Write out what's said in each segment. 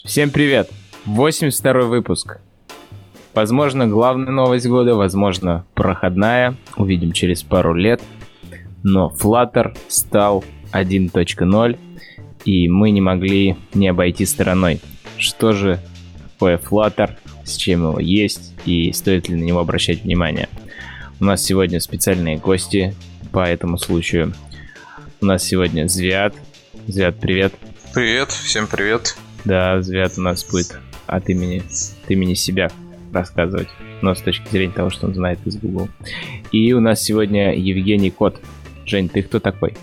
Всем привет! 82-й выпуск. Возможно, главная новость года, возможно, проходная. Увидим через пару лет. Но Flutter стал 1.0, и мы не могли не обойти стороной. Что же такое Flutter, с чем его есть, и стоит ли на него обращать внимание? У нас сегодня специальные гости по этому случаю. У нас сегодня Звят. Звят, привет. Привет, всем привет. Да, Звят у нас будет от имени себя рассказывать, но с точки зрения того, что он знает из Google. И у нас сегодня Евгений Кот. Жень, ты кто такой?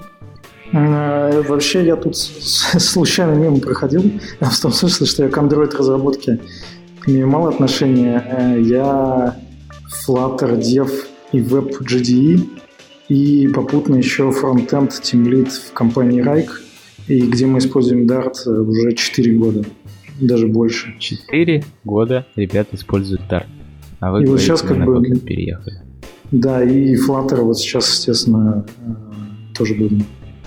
Вообще я тут случайно мимо проходил, в том смысле, что я к Android-разработке имею мало отношения. Я Flutter, Dev и Web GDE, и попутно еще фронтенд тимлид в компании Rike, и где мы используем Dart уже 4 года, даже больше. 4 года ребята используют Dart, а вы, и вот сейчас на Kotlin переехали. Да, и Flutter вот сейчас, естественно, тоже будем.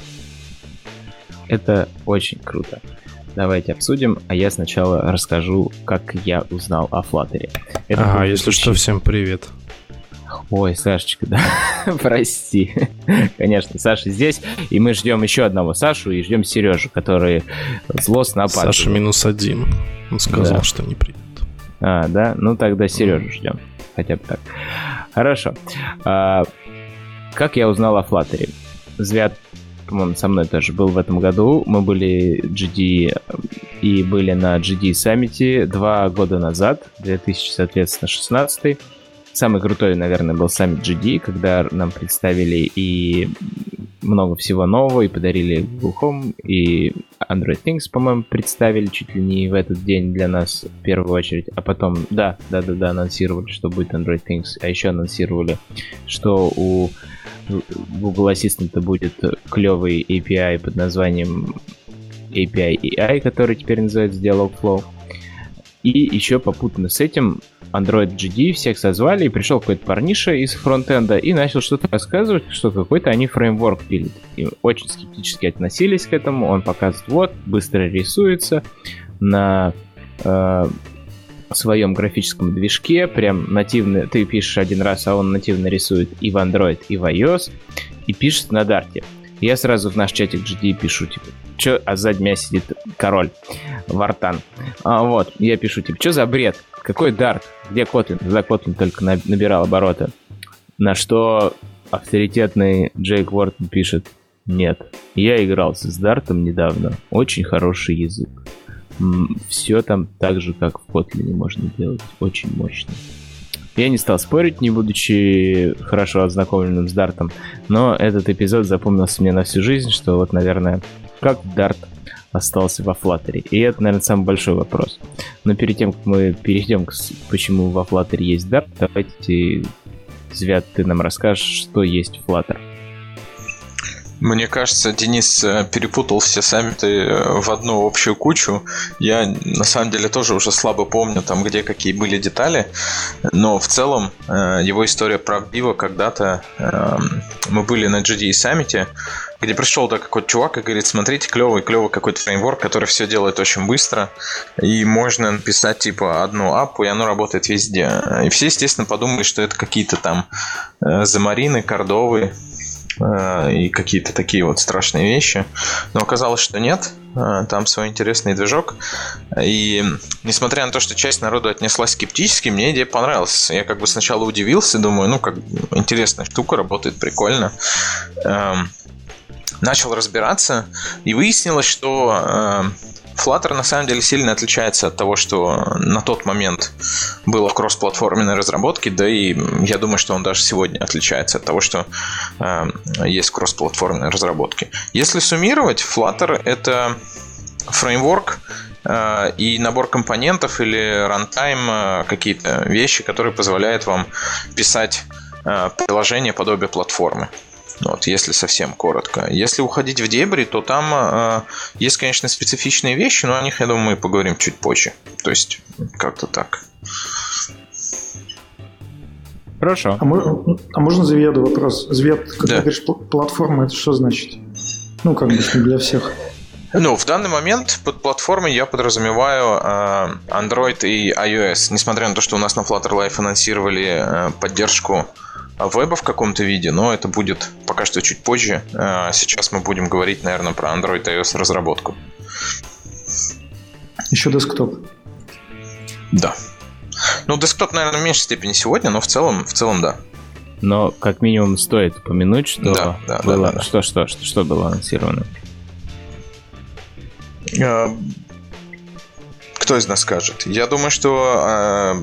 Это очень круто. Давайте обсудим, а я сначала расскажу, как я узнал о Flutter. Если что, всем привет. Ой, Сашечка, да, прости. Конечно, Саша здесь, и мы ждем еще одного Сашу, и ждем Сережу, который злостно опаздывает. Саша -1, он сказал, что не придет. Да? Ну тогда Сережу ждем, хотя бы так. Хорошо. Как я узнал о Flutter? Звят, по-моему, со мной тоже был в этом году. Мы были GD и были на GD Summit 2 года назад, 2016. Самый крутой, наверное, был саммит GD, когда нам представили и много всего нового, и подарили Google Home, и Android Things, по-моему, представили чуть ли не в этот день для нас в первую очередь, а потом, да, анонсировали, что будет Android Things, а еще анонсировали, что у Google Assistant будет клевый API под названием API AI, который теперь называется Dialogflow. И еще попутно с этим Android GD всех созвали, и пришел какой-то парниша из фронтенда и начал что-то рассказывать, что какой-то они фреймворк пилят. И очень скептически относились к этому. Он показывает, вот, быстро рисуется на своем графическом движке, прям нативно, ты пишешь один раз, а он нативно рисует и в Android, и в iOS, и пишет на Dart. Я сразу в наш чатик GD пишу, типа, чё, а сзади меня сидит король, Вартан. Вот, я пишу, типа, что за бред? Какой Dart? Где Kotlin? Когда Kotlin только набирал обороты. На что авторитетный Джейк Уортон пишет, нет, я игрался с Dart недавно, очень хороший язык. Все там так же, как в Kotlin можно делать, очень мощно. Я не стал спорить, не будучи хорошо ознакомленным с Dart, но этот эпизод запомнился мне на всю жизнь, что вот, наверное, как Dart остался во Flutter. И это, наверное, самый большой вопрос. Но перед тем, как мы перейдем к почему во Flutter есть Dart, давайте, Звят, ты нам расскажешь, что есть Flutter. Мне кажется, Денис перепутал все саммиты в одну общую кучу. Я, на самом деле, тоже уже слабо помню, там, где какие были детали. Но в целом его история правдива. Когда-то мы были на GD саммите, где пришел какой-то чувак и говорит, смотрите, клевый какой-то фреймворк, который все делает очень быстро. И можно написать, типа, одну аппу, и оно работает везде. И все, естественно, подумали, что это какие-то там замарины, кордовые и какие-то такие вот страшные вещи. Но оказалось, что нет. Там свой интересный движок. И несмотря на то, что часть народу отнеслась скептически, мне идея понравилась. Я как бы сначала удивился, думаю, ну, как интересная штука, работает прикольно. Начал разбираться, и выяснилось, что Flutter на самом деле сильно отличается от того, что на тот момент было в кроссплатформенной разработке, да и я думаю, что он даже сегодня отличается от того, что есть в кроссплатформенной разработке. Если суммировать, Flutter — это фреймворк и набор компонентов или рантайм, какие-то вещи, которые позволяют вам писать приложение подобие платформы. Вот, если совсем коротко. Если уходить в дебри, то там есть, конечно, специфичные вещи, но о них, я думаю, мы поговорим чуть позже. То есть, как-то так. Хорошо. А можно Зведу вопрос? Звед, когда да. говоришь платформа, это что значит? Ну, как бы для всех. Ну, в данный момент под платформой я подразумеваю Android и iOS. Несмотря на то, что у нас на Flutter Live анонсировали поддержку веба в каком-то виде, но это будет пока что чуть позже. Сейчас мы будем говорить, наверное, про Android и iOS разработку. Еще десктоп. Да. Ну, десктоп, наверное, в меньшей степени сегодня, но в целом да. Но как минимум стоит упомянуть, что было, да. Что было анонсировано. Кто из нас скажет? Я думаю, что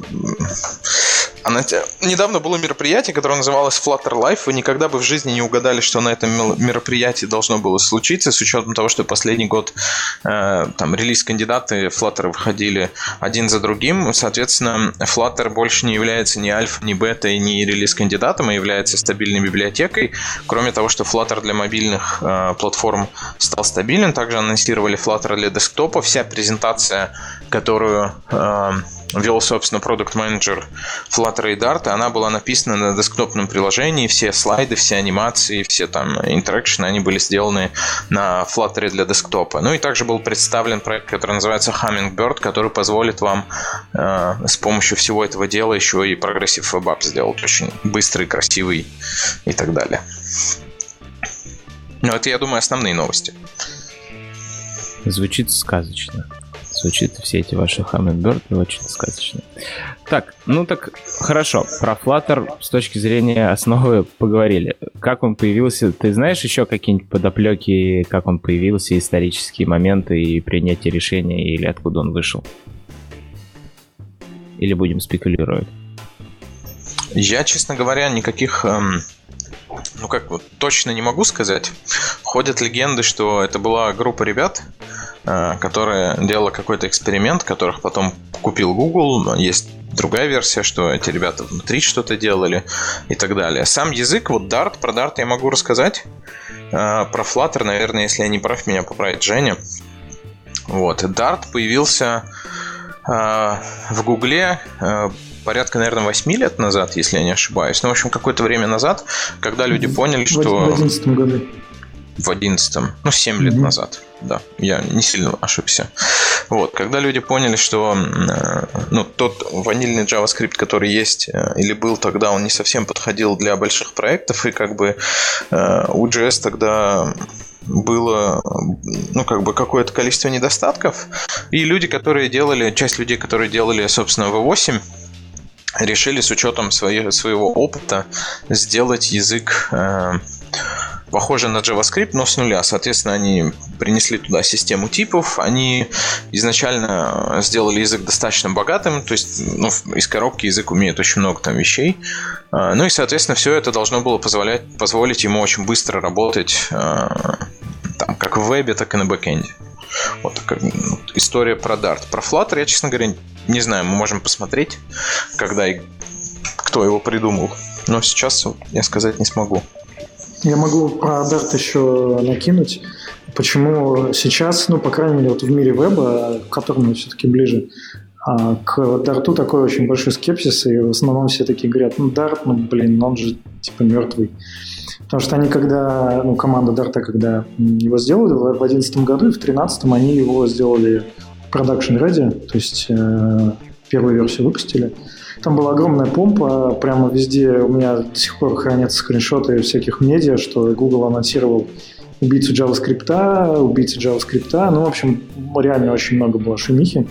недавно было мероприятие, которое называлось Flutter Live. Вы никогда бы в жизни не угадали, что на этом мероприятии должно было случиться, с учетом того, что последний год там релиз-кандидаты Flutter выходили один за другим. Соответственно, Flutter больше не является ни альфа, ни бета и ни релиз-кандидатом, а является стабильной библиотекой. Кроме того, что Flutter для мобильных платформ стал стабилен, также анонсировали Flutter для десктопа. Вся презентация, которую вел, собственно, продукт-менеджер Flutter и Dart, она была написана на десктопном приложении, все слайды, все анимации, все там интеракшены, они были сделаны на Flutter для десктопа. Ну и также был представлен проект, который называется Hummingbird, который позволит вам с помощью всего этого дела еще и Progressive Web App сделать очень быстрый, красивый и так далее. Ну, это, я думаю, основные новости. Звучит сказочно. Звучит все эти ваши Hummingbird очень сказочно. Так, хорошо. Про Flutter с точки зрения основы поговорили. Как он появился? Ты знаешь еще какие-нибудь подоплеки, как он появился, исторические моменты и принятие решения, или откуда он вышел? Или будем спекулировать? Я, честно говоря, никаких... точно не могу сказать. Ходят легенды, что это была группа ребят, которая делала какой-то эксперимент, которых потом купил Google. Есть другая версия, что эти ребята внутри что-то делали и так далее. Сам язык, Dart, про Dart я могу рассказать. Про Flutter, наверное, если я не прав, меня поправит Женя. Dart появился в Гугле порядка, наверное, 8 лет назад, если я не ошибаюсь. В общем, какое-то время назад, когда люди поняли, что... В 2011 году. В 2011, 7 лет назад, да, я не сильно ошибся. Когда люди поняли, что тот ванильный JavaScript, который есть или был тогда, он не совсем подходил для больших проектов, и у JS тогда было какое-то количество недостатков, и часть людей, которые делали, собственно, V8, решили с учетом своего опыта сделать язык похожий на JavaScript, но с нуля. Соответственно, они принесли туда систему типов, они изначально сделали язык достаточно богатым, то есть из коробки язык умеет очень много там вещей. И, соответственно, все это должно было позволить ему очень быстро работать там, как в вебе, так и на бэкэнде. Вот такая история про Dart. Про Flutter я, честно говоря, не знаю, мы можем посмотреть, когда и кто его придумал. Но сейчас я сказать не смогу. Я могу про Dart еще накинуть. Почему сейчас, по крайней мере, в мире веба, к которому все-таки ближе, к Dart такой очень большой скепсис, и в основном все такие говорят, Dart, он же типа мертвый. Потому что они, когда, команда Dart, когда его сделали в 2011 году и в 2013 они его сделали production ready, то есть первую версию выпустили. Там была огромная помпа, прямо везде у меня до сих пор хранятся скриншоты всяких медиа, что Google анонсировал убийцу JavaScript. В общем, реально очень много было шумихи.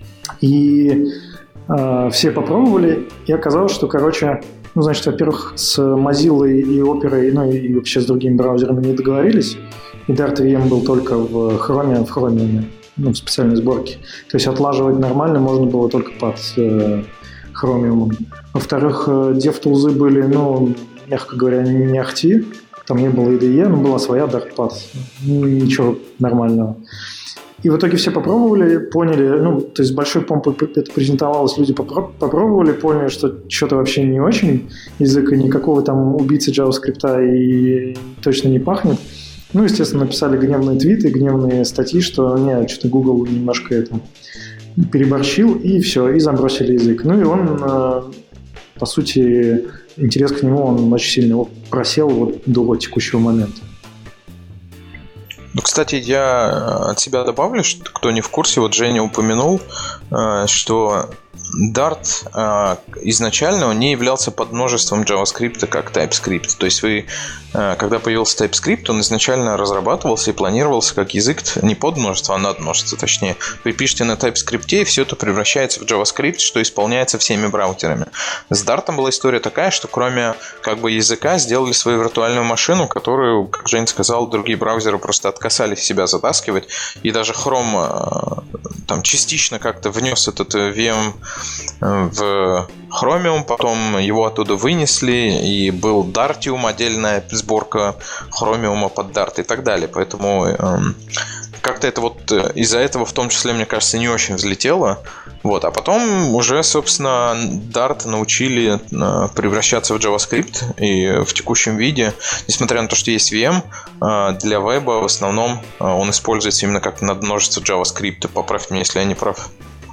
И все попробовали, и оказалось, что, во-первых, с Mozilla и Opera, и вообще с другими браузерами не договорились, и Dart VM был только в Chromium, в специальной сборке. То есть отлаживать нормально можно было только под Chromium. Во-вторых, DevTools были, мягко говоря, не ахти. Там не было IDE, но была своя Dartpad. Ничего нормального. И в итоге все попробовали, поняли, то есть большой помпой это презентовалось, люди попробовали, поняли, что что-то вообще не очень язык, и никакого там убийцы JavaScript и точно не пахнет. Естественно, написали гневные твиты, гневные статьи, что что-то Google немножко это переборщил, и все, и забросили язык. И он, по сути, интерес к нему, он очень сильно просел до текущего момента. Ну, кстати, я от себя добавлю, что кто не в курсе, вот Женя упомянул, что Dart изначально он не являлся подмножеством JavaScript как TypeScript. То есть вы, когда появился TypeScript, он изначально разрабатывался и планировался как язык не подмножество, а надмножество, точнее. Вы пишете на TypeScript, и все это превращается в JavaScript, что исполняется всеми браузерами. С Dart была история такая, что кроме как бы языка сделали свою виртуальную машину, которую, как Жень сказал, другие браузеры просто отказались себя затаскивать. И даже Chrome там частично как-то внес этот VM в Chromium, потом его оттуда вынесли, и был Dartium, отдельная сборка Chromium под Dart и так далее. Поэтому как-то это вот из-за этого, в том числе, мне кажется, не очень взлетело. Вот. А потом уже, собственно, Dart научили превращаться в JavaScript, и в текущем виде, несмотря на то, что есть VM, для веба в основном он используется именно как надмножество JavaScript. Поправь меня, если я не прав.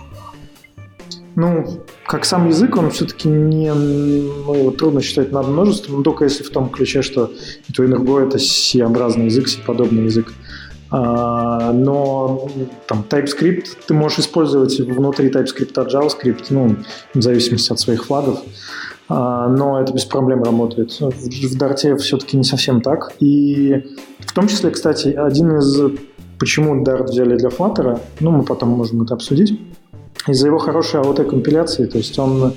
Ну, как сам язык, он все-таки не, его трудно считать надмножеством, но только если в том ключе, что и то, и другое это C-образный язык, C-подобный язык. Но там TypeScript ты можешь использовать внутри TypeScript JavaScript, ну, в зависимости от своих флагов, но это без проблем работает. В Dart все-таки не совсем так. И в том числе, кстати, один из... Почему Dart взяли для Flutter, ну, мы потом можем это обсудить, из-за его хорошей AOT-компиляции, то есть он,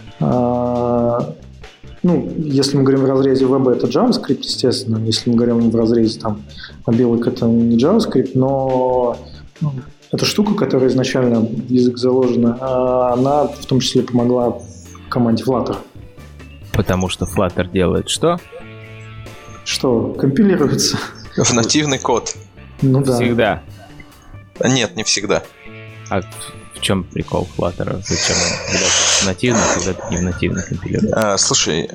ну, если мы говорим в разрезе веба, это JavaScript, естественно, если мы говорим в разрезе там мобилок, это не JavaScript, но эта штука, которая изначально в язык заложена, она в том числе помогла команде Flutter. Потому что Flutter делает что? Что? Компилируется. В нативный код. Ну да. Всегда. Нет, не всегда. А в чем прикол Flutter? Зачем он когда-то нативно, когда-то не в нативно компилирует? Слушай,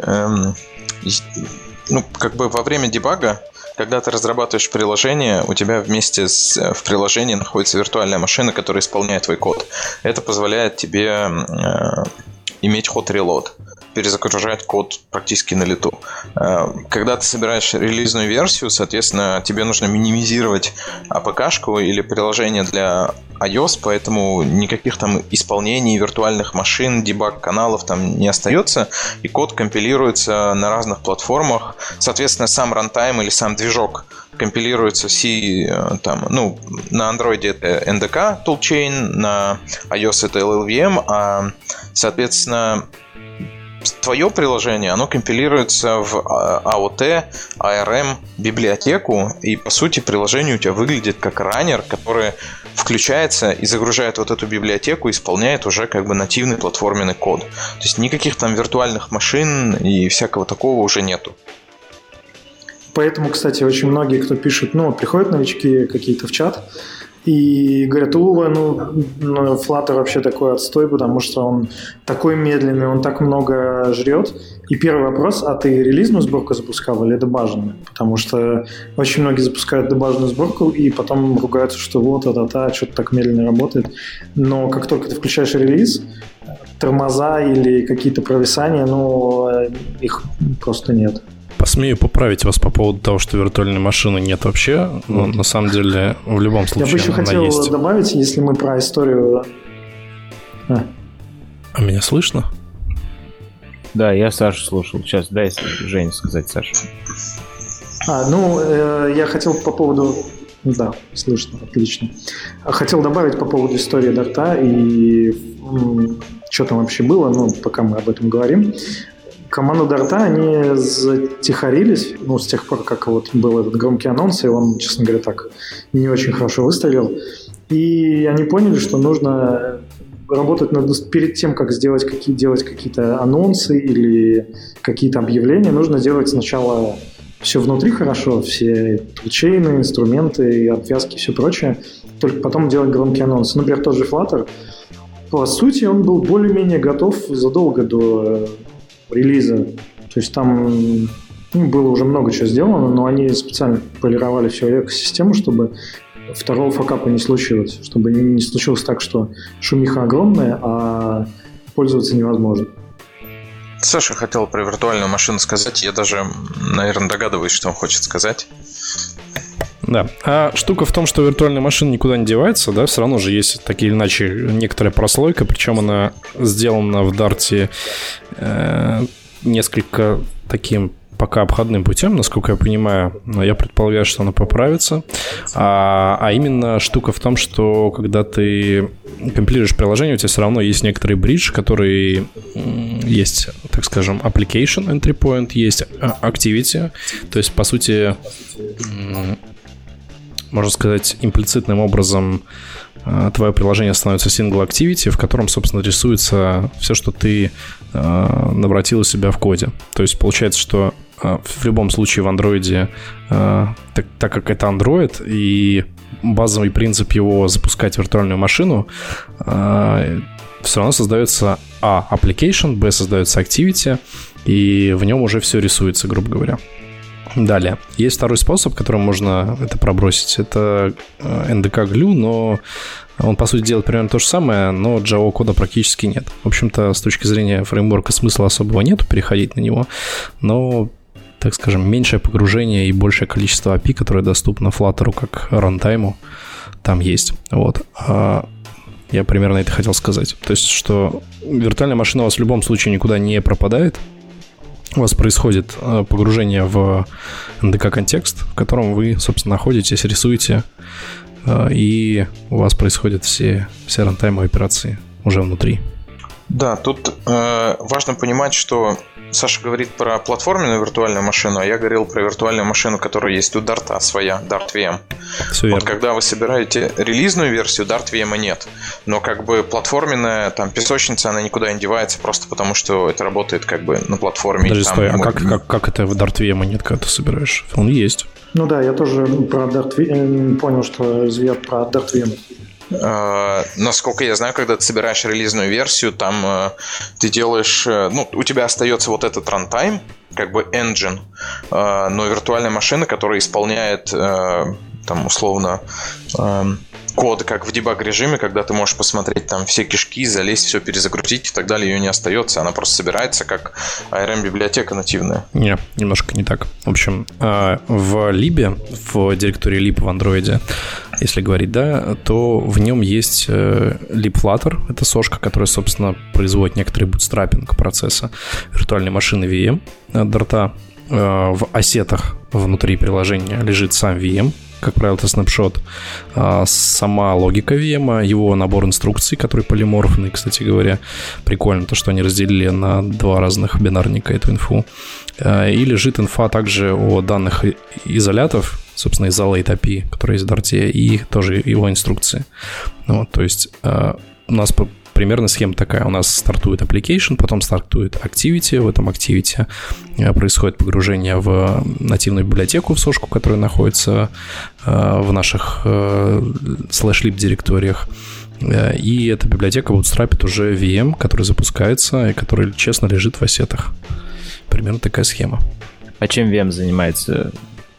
ну, как бы во время дебага, когда ты разрабатываешь приложение, у тебя вместе в приложении находится виртуальная машина, которая исполняет твой код. Это позволяет тебе иметь hot reload, перезагружать код практически на лету. Когда ты собираешь релизную версию, соответственно, тебе нужно минимизировать APK-шку или приложение для iOS, поэтому никаких там исполнений виртуальных машин, дебаг-каналов там не остается, и код компилируется на разных платформах. Соответственно, сам рантайм или сам движок компилируется там, ну, на Android это NDK Toolchain, на iOS это LLVM, а, соответственно, твое приложение, оно компилируется в AOT, ARM библиотеку, и по сути приложение у тебя выглядит как раннер, который включается и загружает вот эту библиотеку, исполняет уже как бы нативный платформенный код. То есть никаких там виртуальных машин и всякого такого уже нету. Поэтому, кстати, очень многие, кто пишет, ну, приходят новички какие-то в чат и говорят, Flutter вообще такой отстой, потому что он такой медленный, он так много жрет. И первый вопрос, а ты релизную сборку запускал или дебаженную? Потому что очень многие запускают дебаженную сборку и потом ругаются, что вот, что-то так медленно работает. Но как только ты включаешь релиз, тормоза или какие-то провисания, их просто нет. Посмею поправить вас по поводу того, что виртуальной машины нет вообще. Но на самом деле, в любом случае, я бы еще хотел есть. Добавить, если мы про историю... А меня слышно? Да, я Сашу слушал. Сейчас дай Жене сказать, Саша. Я хотел по поводу... Да, слышно, отлично. Хотел добавить по поводу истории Дарта и что там вообще было, пока мы об этом говорим. Команда Дарта, они затихарились, с тех пор, как вот был этот громкий анонс, и он, честно говоря, так не очень хорошо выстрелил. И они поняли, что нужно работать перед тем, как делать какие-то анонсы или какие-то объявления, нужно делать сначала все внутри хорошо, все тулчейны, инструменты, обвязки и все прочее, только потом делать громкие анонсы. Например, тот же Flutter, по сути, он был более-менее готов задолго до релиза. То есть там было уже много чего сделано, но они специально полировали всю экосистему, чтобы второго факапа не случилось. Чтобы не случилось так, что шумиха огромная, а пользоваться невозможно. Саша хотел про виртуальную машину сказать. Я даже, наверное, догадываюсь, что он хочет сказать. Да. А штука в том, что виртуальная машина никуда не девается, да, все равно же есть так или иначе некоторая прослойка, причем она сделана в Dart несколько таким пока обходным путем, насколько я понимаю, но я предполагаю, что она поправится. А именно штука в том, что когда ты компилируешь приложение, у тебя все равно есть некоторый бридж, который есть, так скажем, application entry point, есть activity, то есть, по сути, можно сказать, имплицитным образом твое приложение становится single activity, в котором, собственно, рисуется все, что ты наворотил у себя в коде. То есть получается, что в любом случае в Android, так как это Android, и базовый принцип его запускать виртуальную машину, все равно создается application, создается activity, и в нем уже все рисуется, грубо говоря. Далее. Есть второй способ, которым можно это пробросить. Это NDK Glue, но он, по сути, делает примерно то же самое, но Java кода практически нет. В общем-то, с точки зрения фреймворка смысла особого нету переходить на него, но, так скажем, меньшее погружение и большее количество API, которое доступно Flutter как рантайму, там есть. Вот. Я примерно это хотел сказать. То есть, что виртуальная машина у вас в любом случае никуда не пропадает. У вас происходит погружение в NDK-контекст, в котором вы, собственно, находитесь, рисуете, и у вас происходят все рантаймовые операции уже внутри. Да, тут важно понимать, что Саша говорит про платформенную виртуальную машину, а я говорил про виртуальную машину, которая есть у Dart своя, Dart VM. Вот когда вы собираете релизную версию, Dart VM нет. Но как бы платформенная, там, песочница, она никуда не девается, просто потому что это работает как бы на платформе. Подожди, стой, а как это в Dart VM нет, когда ты собираешь? Он есть. Ну да, я тоже про Dart VM понял, что звет про Dart VM. Насколько я знаю, когда ты собираешь релизную версию, там ты делаешь, у тебя остается вот этот рантайм, как бы engine, но виртуальная машина, которая исполняет там условно код, как в дебаг-режиме, когда ты можешь посмотреть там все кишки, залезть, все перезагрузить и так далее, ее не остается, она просто собирается как ARM-библиотека нативная. Не, немножко не так. В общем, в lib, в директории lib в Android, если говорить, да, то в нем есть libflutter, это сошка, которая, собственно, производит некоторый бутстрапинг процесса виртуальной машины VM Dart. В ассетах внутри приложения лежит сам VM, как правило, это снапшот, сама логика VM, его набор инструкций, который полиморфный, кстати говоря. Прикольно то, что они разделили на два разных бинарника эту инфу. И лежит инфа также о данных изолятов, собственно, isolate API, который есть в Dart, и тоже его инструкции. Вот, то есть у нас примерно схема такая. У нас стартует application, потом стартует activity. В этом activity происходит погружение в нативную библиотеку, в сошку, которая находится в наших /lib директориях. И эта библиотека bootstrapит уже VM, который запускается и который честно лежит в ассетах. Примерно такая схема. А чем VM занимается?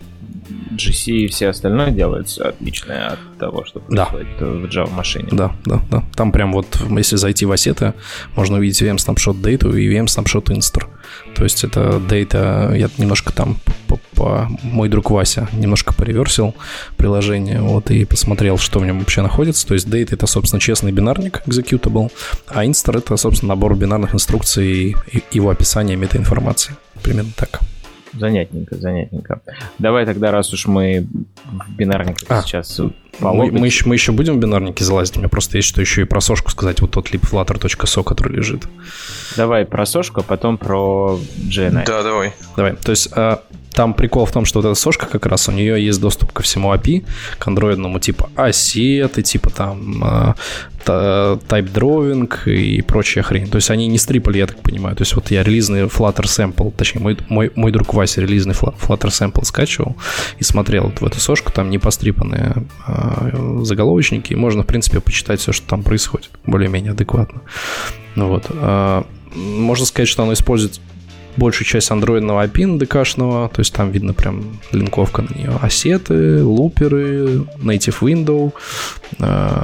GC и все остальное делается отличное от того, что происходит в Java-машине. Да. Там прям вот, если зайти в ассеты, можно увидеть VM Snapshot Data и VM Snapshot Inster. То есть это Data, я немножко там, мой друг Вася немножко пореверсил приложение, вот, и посмотрел, что в нем вообще находится. То есть Data — это, собственно, честный бинарник, executable, а Inster — это, собственно, набор бинарных инструкций и его описание метаинформации. Примерно так. Занятненько. Давай тогда, раз уж мы в бинарниках сейчас... Мы еще будем в бинарнике залазить? У меня просто есть что еще и про сошку сказать. Вот тот libflutter.so, который лежит. Давай про сошку, а потом про GNI. Да, давай. То есть... Там прикол в том, что вот эта сошка как раз, у нее есть доступ ко всему API, к андроидному, типа ассеты, типа там type drawing и прочая хрень. То есть они не стрипали, я так понимаю. То есть вот я релизный Flutter sample, точнее мой друг Вася релизный Flutter sample скачивал и смотрел вот в эту сошку, там не пострипанные заголовочники, и можно, в принципе, почитать все, что там происходит, более-менее адекватно. Можно сказать, что оно использует большую часть андроидного API NDK-шного, то есть там видно прям линковка на нее. Ассеты, луперы, native window,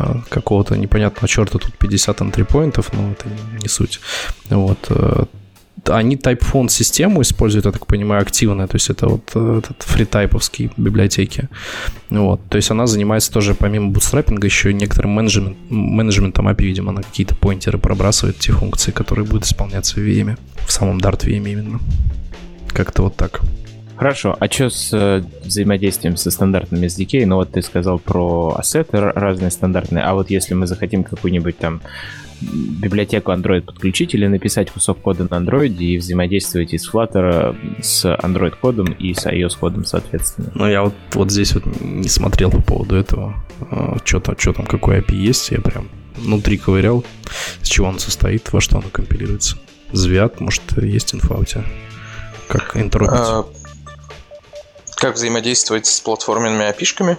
какого-то непонятного черта тут 50 entry-поинтов, но это не суть. Вот. Они typeFont-систему используют, я так понимаю, активно, то есть это вот этот фритайповские библиотеки. Вот. То есть она занимается тоже, помимо бутстрапинга, еще и некоторым менеджментом API, видимо, она какие-то поинтеры пробрасывает, те функции, которые будут исполняться в VM, в самом Dart VM именно. Как-то вот так. Хорошо, а что с взаимодействием со стандартными SDK? Ну вот ты сказал про ассеты разные стандартные, а вот если мы захотим какую-нибудь там библиотеку Android подключить или написать кусок кода на Android и взаимодействовать из Flutter с Android-кодом и с iOS-кодом, соответственно. Ну, я вот здесь вот не смотрел по поводу этого, что там, какой API есть, я прям внутри ковырял, с чего он состоит, во что оно компилируется. Звят, может, есть инфа у тебя? Как интеропить? Как взаимодействовать с платформенными API-шками?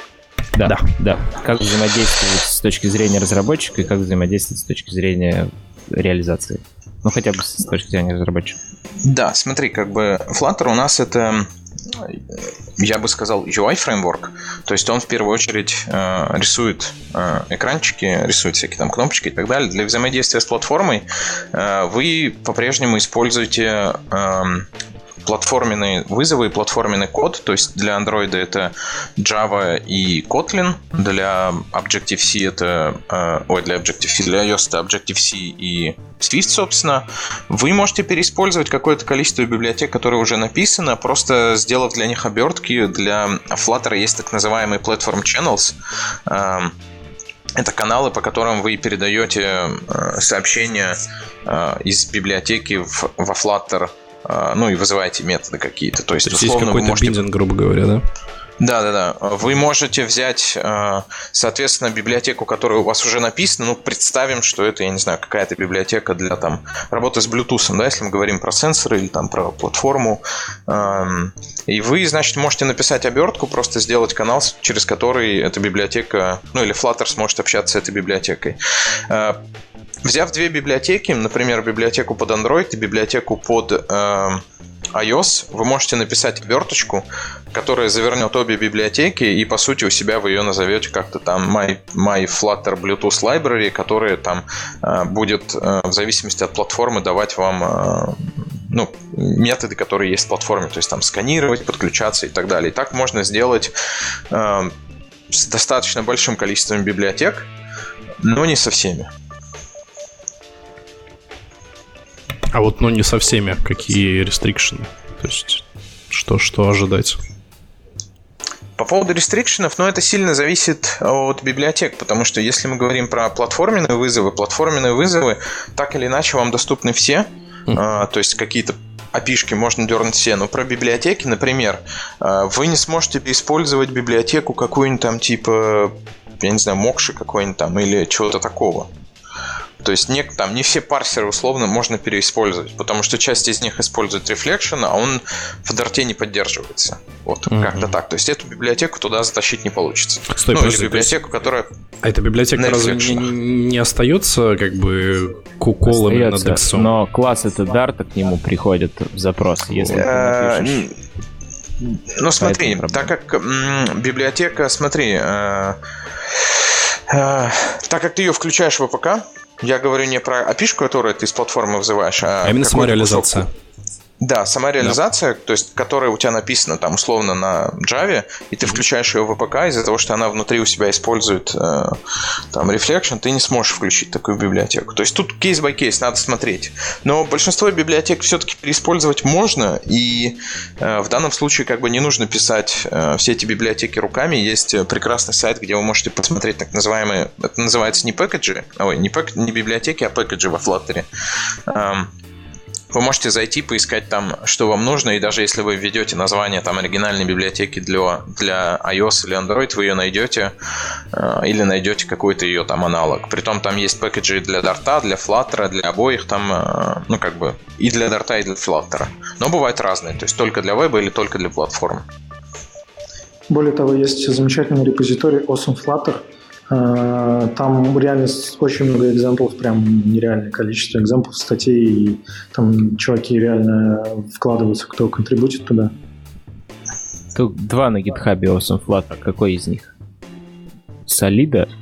Да. Как взаимодействовать с точки зрения разработчика и как взаимодействовать с точки зрения реализации. Ну, хотя бы с точки зрения разработчика. Да, смотри, как бы Flutter у нас это, я бы сказал, UI-фреймворк. То есть он в первую очередь рисует экранчики, рисует всякие там кнопочки и так далее. Для взаимодействия с платформой вы по-прежнему используете платформенные вызовы и платформенный код. То есть для Android это Java и Kotlin, для Objective-C это для iOS это Objective-C и Swift, собственно. Вы можете переиспользовать какое-то количество библиотек, которые уже написано, просто сделав для них обертки. Для Flutter есть так называемые Platform Channels. Это каналы, по которым вы передаете сообщения из библиотеки во Flutter, ну и вызываете методы какие-то. То есть условно, есть какой-то биндинг, грубо говоря, да? Да. Вы можете взять, соответственно, библиотеку, которая у вас уже написана. Ну, представим, что это, я не знаю, какая-то библиотека для там работы с Bluetooth, да, если мы говорим про сенсоры или там про платформу. И вы, значит, можете написать обертку, просто сделать канал, через который эта библиотека, ну или Flutter сможет общаться с этой библиотекой. Взяв две библиотеки, например, библиотеку под Android и библиотеку под iOS, вы можете написать оберточку, которая завернет обе библиотеки, и по сути у себя вы ее назовете как-то там My Flutter Bluetooth Library, которая там будет в зависимости от платформы давать вам методы, которые есть в платформе, то есть там сканировать, подключаться и так далее. И так можно сделать с достаточно большим количеством библиотек, но не со всеми. А вот, не со всеми. Какие рестрикшены? То есть, что ожидать? По поводу рестрикшенов, это сильно зависит от библиотек, потому что если мы говорим про платформенные вызовы так или иначе вам доступны все. То есть какие-то API-шки можно дернуть все, но про библиотеки, например, вы не сможете использовать библиотеку какую-нибудь там типа, я не знаю, Moksha какой-нибудь там или чего-то такого. То есть не все парсеры условно можно переиспользовать, потому что часть из них использует Reflection, а он в Dart не поддерживается. Вот, как-то так. То есть эту библиотеку туда затащить не получится. Стой, или библиотеку, которая... А эта библиотека разве не остается как бы куколом над индексом? Но класс это Dart, к нему приходит в запрос, если ты напишешь. Смотри, так как библиотека, так как ты ее включаешь в АПК, я говорю не про API, которую ты из платформы вызываешь, а именно сама реализация. Да, сама реализация, то есть, которая у тебя написана там условно на Java, и ты включаешь ее в APK, из-за того, что она внутри у себя использует там Reflection, ты не сможешь включить такую библиотеку. То есть тут кейс-бай-кейс, надо смотреть. Но большинство библиотек все-таки переиспользовать можно, и в данном случае как бы не нужно писать все эти библиотеки руками. Есть прекрасный сайт, где вы можете посмотреть так называемые, это называется не пэкэджи, не библиотеки, а пэкэджи во Flutter. Вы можете зайти, поискать там, что вам нужно, и даже если вы введете название там оригинальной библиотеки для iOS или Android, вы ее найдете или найдете какой-то ее там аналог. Притом там есть пэкэджи для Dart, для Flutter, для обоих там, и для Dart, и для Flutter. Но бывают разные, то есть только для веба или только для платформы. Более того, есть замечательный репозиторий Awesome Flutter. Там реально очень много экземплов, прям нереальное количество экземплов, статей, и там чуваки реально вкладываются, кто контрибутит туда. Тут два на GitHub Awesome Flutter. Какой из них? Solida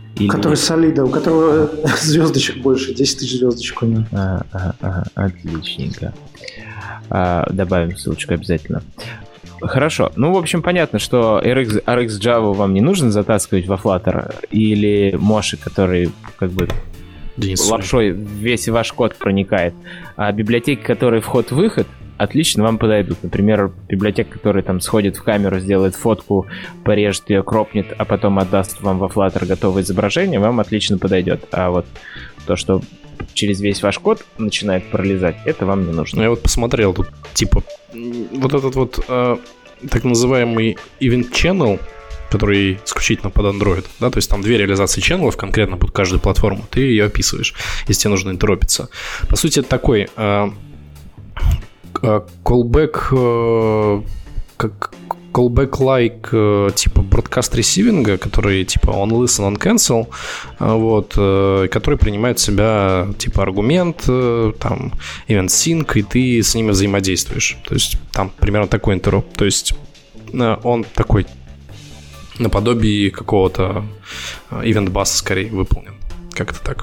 Который солида, у которого звездочек больше, 10 тысяч звездочек у него. Отличненько. Добавим ссылочку обязательно. Хорошо. Ну, в общем, понятно, что RX Java вам не нужно затаскивать во Flutter, или Moshi, который как бы лапшой весь ваш код проникает. А библиотеки, которые вход-выход, отлично вам подойдут. Например, библиотека, которая там сходит в камеру, сделает фотку, порежет ее, кропнет, а потом отдаст вам во Flutter готовое изображение, вам отлично подойдет. А вот то, что через весь ваш код начинает пролезать, это вам не нужно. Я вот посмотрел, тут типа вот этот вот так называемый Event Channel, который исключительно под Android, да, то есть там 2 реализации ченнелов конкретно под каждую платформу, ты ее описываешь, если тебе нужно интеропиться. По сути, это такой callback-like типа broadcast receiving, который типа on listen, on cancel, вот, который принимает в себя типа аргумент, там, event sync, и ты с ними взаимодействуешь. То есть там примерно такой интероп. То есть он такой наподобие какого-то event-баса скорее выполнен. Как-то так.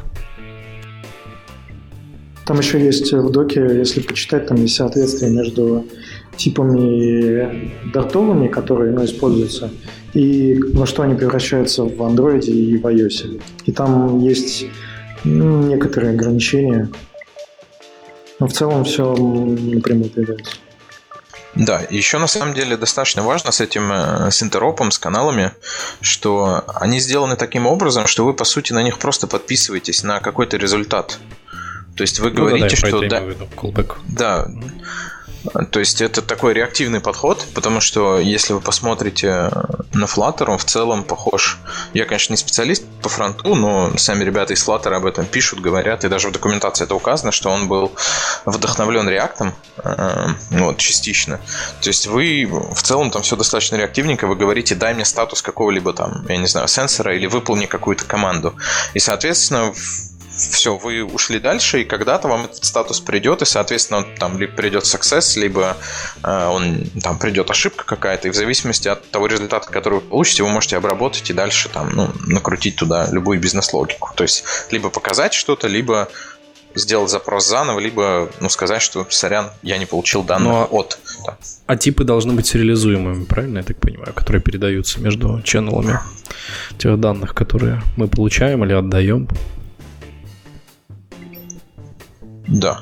Там еще есть в доке, если почитать, там есть соответствие между типами дартовыми, которые используются, и во что они превращаются в Android и в iOS. И там есть некоторые ограничения, но в целом все напрямую передается. Да, еще на самом деле достаточно важно с этим, с интеропом, с каналами, что они сделаны таким образом, что вы, по сути, на них просто подписываетесь на какой-то результат. То есть вы говорите, что... Да, то есть это такой реактивный подход, потому что если вы посмотрите на Flutter, он в целом похож. Я, конечно, не специалист по фронту, но сами ребята из Flutter об этом пишут, говорят, и даже в документации это указано, что он был вдохновлен React, вот, частично. То есть вы в целом там все достаточно реактивненько, вы говорите, дай мне статус какого-либо там, я не знаю, сенсора или выполни какую-то команду. И, соответственно, все, вы ушли дальше, и когда-то вам этот статус придет, и, соответственно, там либо придет success, либо там придет ошибка какая-то, и в зависимости от того результата, который вы получите, вы можете обработать и дальше там, накрутить туда любую бизнес-логику. То есть, либо показать что-то, либо сделать запрос заново, либо сказать, что, сорян, я не получил данных от... Да. А типы должны быть сериализуемыми, правильно, я так понимаю, которые передаются между ченнелами тех данных, которые мы получаем или отдаем. Да.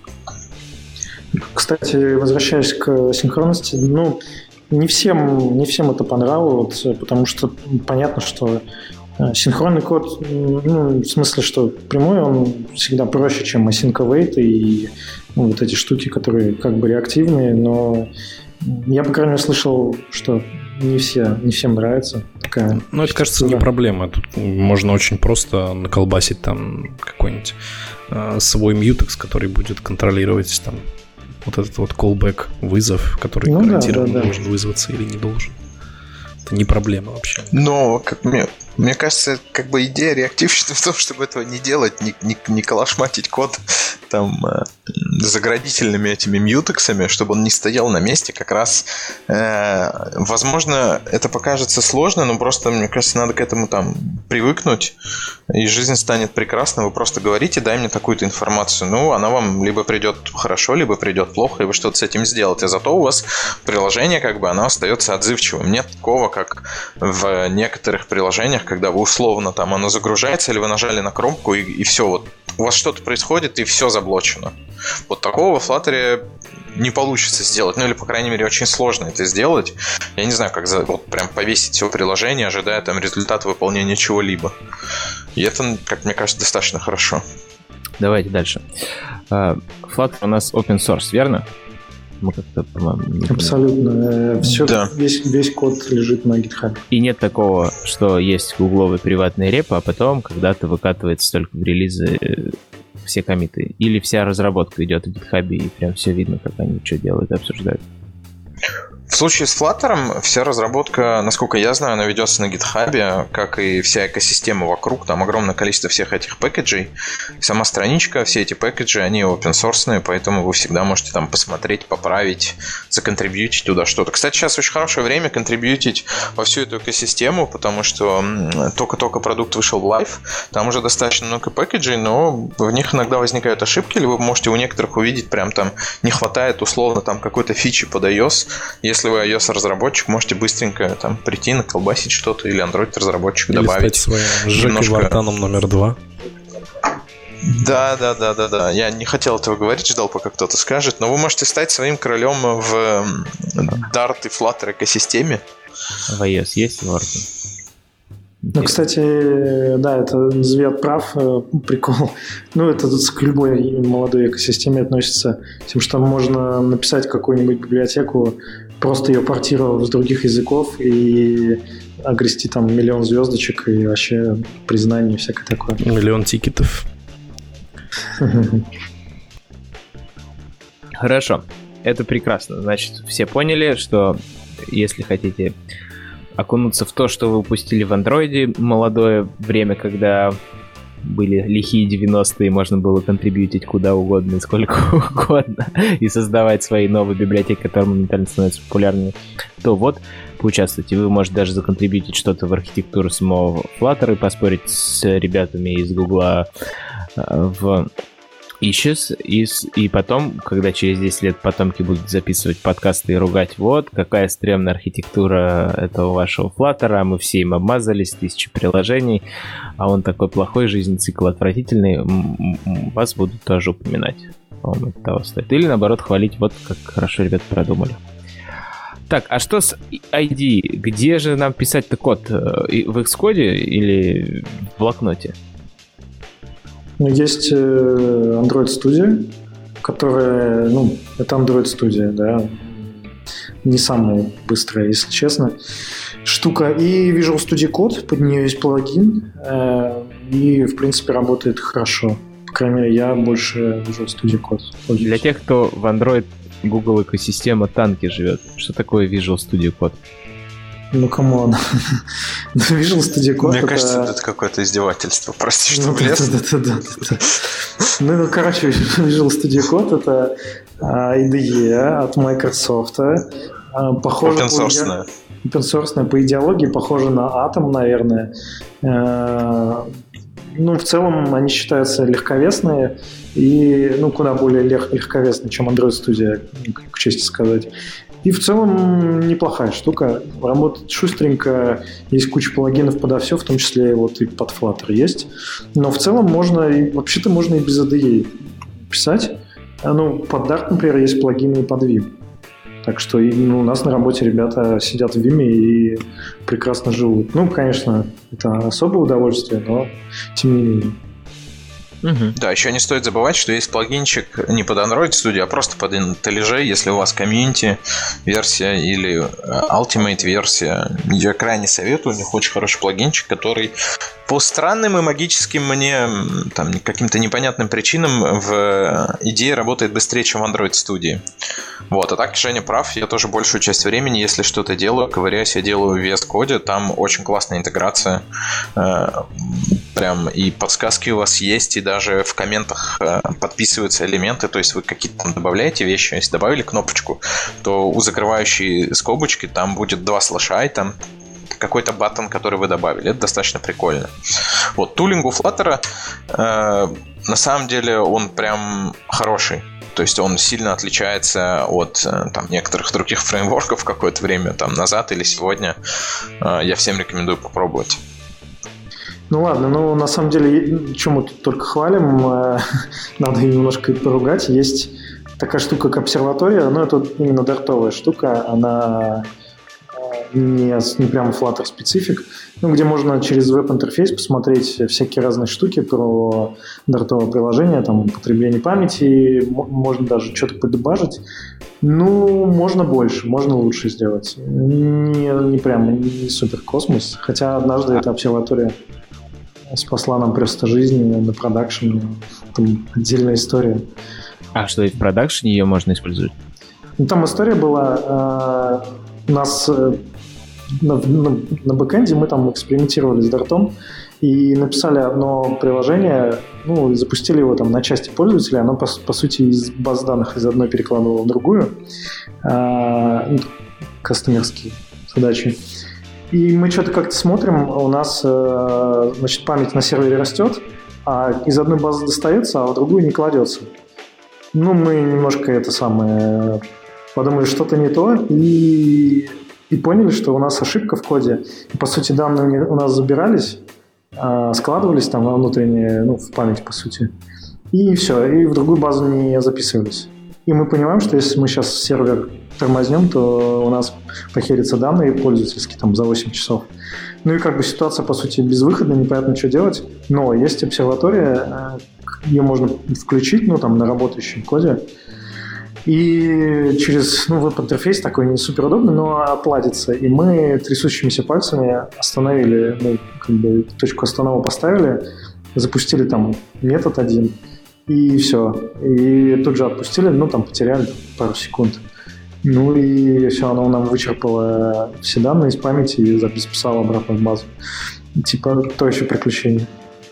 Кстати, возвращаясь к синхронности, не всем это понравилось, потому что понятно, что синхронный код, в смысле, что прямой, он всегда проще, чем async await и вот эти штуки, которые как бы реактивные, но я, по крайней мере, слышал, что не всем нравится такая. Это, кажется, не проблема. Тут можно очень просто наколбасить там какой-нибудь свой mutex, который будет контролировать там вот этот вот callback вызов, который гарантированно должен вызваться или не должен. Это не проблема вообще. Но мне кажется, как бы идея реактивщины в том, чтобы этого не делать, не калашматить код там заградительными этими мьютексами, чтобы он не стоял на месте, как раз возможно, это покажется сложно, но просто, мне кажется, надо к этому там привыкнуть, и жизнь станет прекрасной. Вы просто говорите, дай мне такую-то информацию. Она вам либо придет хорошо, либо придет плохо, и вы что-то с этим сделаете. Зато у вас приложение, как бы, оно остается отзывчивым. Нет такого, как в некоторых приложениях, когда вы условно там оно загружается, или вы нажали на кнопку, и все, вот у вас что-то происходит, и все заблочено. Вот такого в Flutter не получится сделать. Или, по крайней мере, очень сложно это сделать. Я не знаю, как вот прям повесить все приложение, ожидая там результат выполнения чего-либо. И это, как мне кажется, достаточно хорошо. Давайте дальше. Flutter у нас open source, верно? Мы как-то, по-моему, абсолютно. Все, да. Весь код лежит на GitHub. И нет такого, что есть гугловый приватный репо, а потом когда-то выкатывается только в релизы все коммиты. Или вся разработка идет в GitHub, и прям все видно, как они что делают и обсуждают. В случае с Flutter вся разработка, насколько я знаю, она ведется на GitHub, как и вся экосистема вокруг. Там огромное количество всех этих пэкэджей. Сама страничка, все эти пэкэджи, они open-source, поэтому вы всегда можете там посмотреть, поправить, законтрибьютить туда что-то. Кстати, сейчас очень хорошее время контрибьютить во всю эту экосистему, потому что только-только продукт вышел в лайв. Там уже достаточно много пэкэджей, но в них иногда возникают ошибки, или вы можете у некоторых увидеть, прям там не хватает условно там какой-то фичи под iOS. Если вы iOS-разработчик, можете быстренько там прийти, наколбасить что-то, или Android-разработчик или добавить. Или стать своим Жекой Вартаном номер 2. Да. Я не хотел этого говорить, ждал, пока кто-то скажет. Но вы можете стать своим королем в Dart и Flutter экосистеме. В iOS есть Вартан? Ну, кстати, да, это Звет прав, прикол. Ну, это к любой молодой экосистеме относится. Тем, что можно написать какую-нибудь библиотеку, просто ее портировав с других языков и огрести там 1 000 000 звездочек и вообще признание и всякое такое. 1 000 000 тикетов. Хорошо, это прекрасно. Значит, все поняли, что если хотите окунуться в то, что вы упустили в андроиде, молодое время, когда были лихие 90-е, можно было контрибьютить куда угодно и сколько угодно, и создавать свои новые библиотеки, которые моментально становятся популярными, то вот, поучаствуйте. Вы можете даже законтрибьютить что-то в архитектуру самого Flutter и поспорить с ребятами из Гугла в Issues, и потом, когда через 10 лет потомки будут записывать подкасты и ругать, вот, какая стрёмная архитектура этого вашего Flutter, а мы все им обмазались, 1000 приложений, а он такой плохой, жизненный цикл отвратительный, вас будут тоже упоминать. По-моему, это того стоит. Или, наоборот, хвалить, вот, как хорошо ребята продумали. Так, а что с ID? Где же нам писать-то код? В Xcode или в блокноте? Есть Android Studio, которая, это Android Studio, да, не самая быстрая, если честно, штука. И Visual Studio Code, под нее есть плагин, и, в принципе, работает хорошо. По крайней мере, я больше Visual Studio Code пользуюсь. Для тех, кто в Android Google экосистема танки живет, что такое Visual Studio Code? Ну, камон. Visual Studio Code... Мне кажется, это какое-то издевательство. Прости, что влез. Да. Ну, короче, Visual Studio Code — это IDE от Microsoft. Open-source. Open-source по идеологии похоже на Atom, наверное. Ну, в целом, они считаются легковесные и, куда более легковесные, чем Android Studio, к чести сказать. И в целом неплохая штука. Работает шустренько, есть куча плагинов подо все, в том числе вот и под Flutter есть. Но в целом вообще-то можно и без IDE писать. Под Dart, например, есть плагины и под Vim. Так что у нас на работе ребята сидят в Vim и прекрасно живут. Конечно, это особое удовольствие, но тем не менее. Да, еще не стоит забывать, что есть плагинчик не под Android Studio, а просто под IntelliJ, если у вас комьюнити версия или Ultimate версия. Я крайне советую, у них очень хороший плагинчик, который по странным и магическим мне там каким-то непонятным причинам в идее работает быстрее, чем в Android Studio. Вот, а так Женя прав, я тоже большую часть времени, если что-то делаю, ковыряюсь, я делаю в VS Code, там очень классная интеграция, прям и подсказки у вас есть, и даже в комментах подписываются элементы, то есть вы какие-то там добавляете вещи, если добавили кнопочку, то у закрывающей скобочки там будет 2 слэша, и там какой-то баттон, который вы добавили. Это достаточно прикольно. Вот, тулинг у Flutter, на самом деле, он прям хороший. То есть он сильно отличается от некоторых других фреймворков какое-то время назад или сегодня. Я всем рекомендую попробовать. Ну ладно, на самом деле, что мы тут только хвалим, надо ее немножко и поругать. Есть такая штука, как обсерватория, но это именно дартовая штука, она не прямо Flutter специфик, где можно через веб-интерфейс посмотреть всякие разные штуки про дартовое приложение, там потребление памяти, можно даже что-то подебажить. Можно больше, можно лучше сделать. Не прямо не супер космос, хотя однажды эта обсерватория спасла нам просто жизнь на продакшене. Там отдельная история. А что, и в продакшене ее можно использовать? Ну, там история была, у нас на бэкэнде мы там экспериментировали с Dart, и написали одно приложение, ну, и запустили его там на части пользователей, оно, по сути, из баз данных из одной перекладывало в другую, кастомерские задачи. И мы что-то как-то смотрим, у нас, значит, память на сервере растет, а из одной базы достается, а в другую не кладется. Ну, мы немножко это самое подумали, что-то не то, и поняли, что у нас ошибка в коде. И, по сути, данные у нас забирались, складывались там на внутренние, ну, в память, по сути. И все, и в другую базу не записывались. И мы понимаем, что если мы сейчас сервер тормознем, то у нас похерятся данные пользовательские там за 8 часов. Ну и как бы ситуация, по сути, безвыходная, непонятно, что делать. Но есть обсерватория, ее можно включить, ну, там, на работающем коде. И через, ну, веб-интерфейс такой не супер удобный, но отладится. И мы трясущимися пальцами остановили, ну, как бы точку останова поставили, запустили там метод один, и все. И тут же отпустили, ну, там потеряли пару секунд. Ну и все, оно нам вычерпало все данные из памяти и записало обратно в базу. Типа, то еще приключение.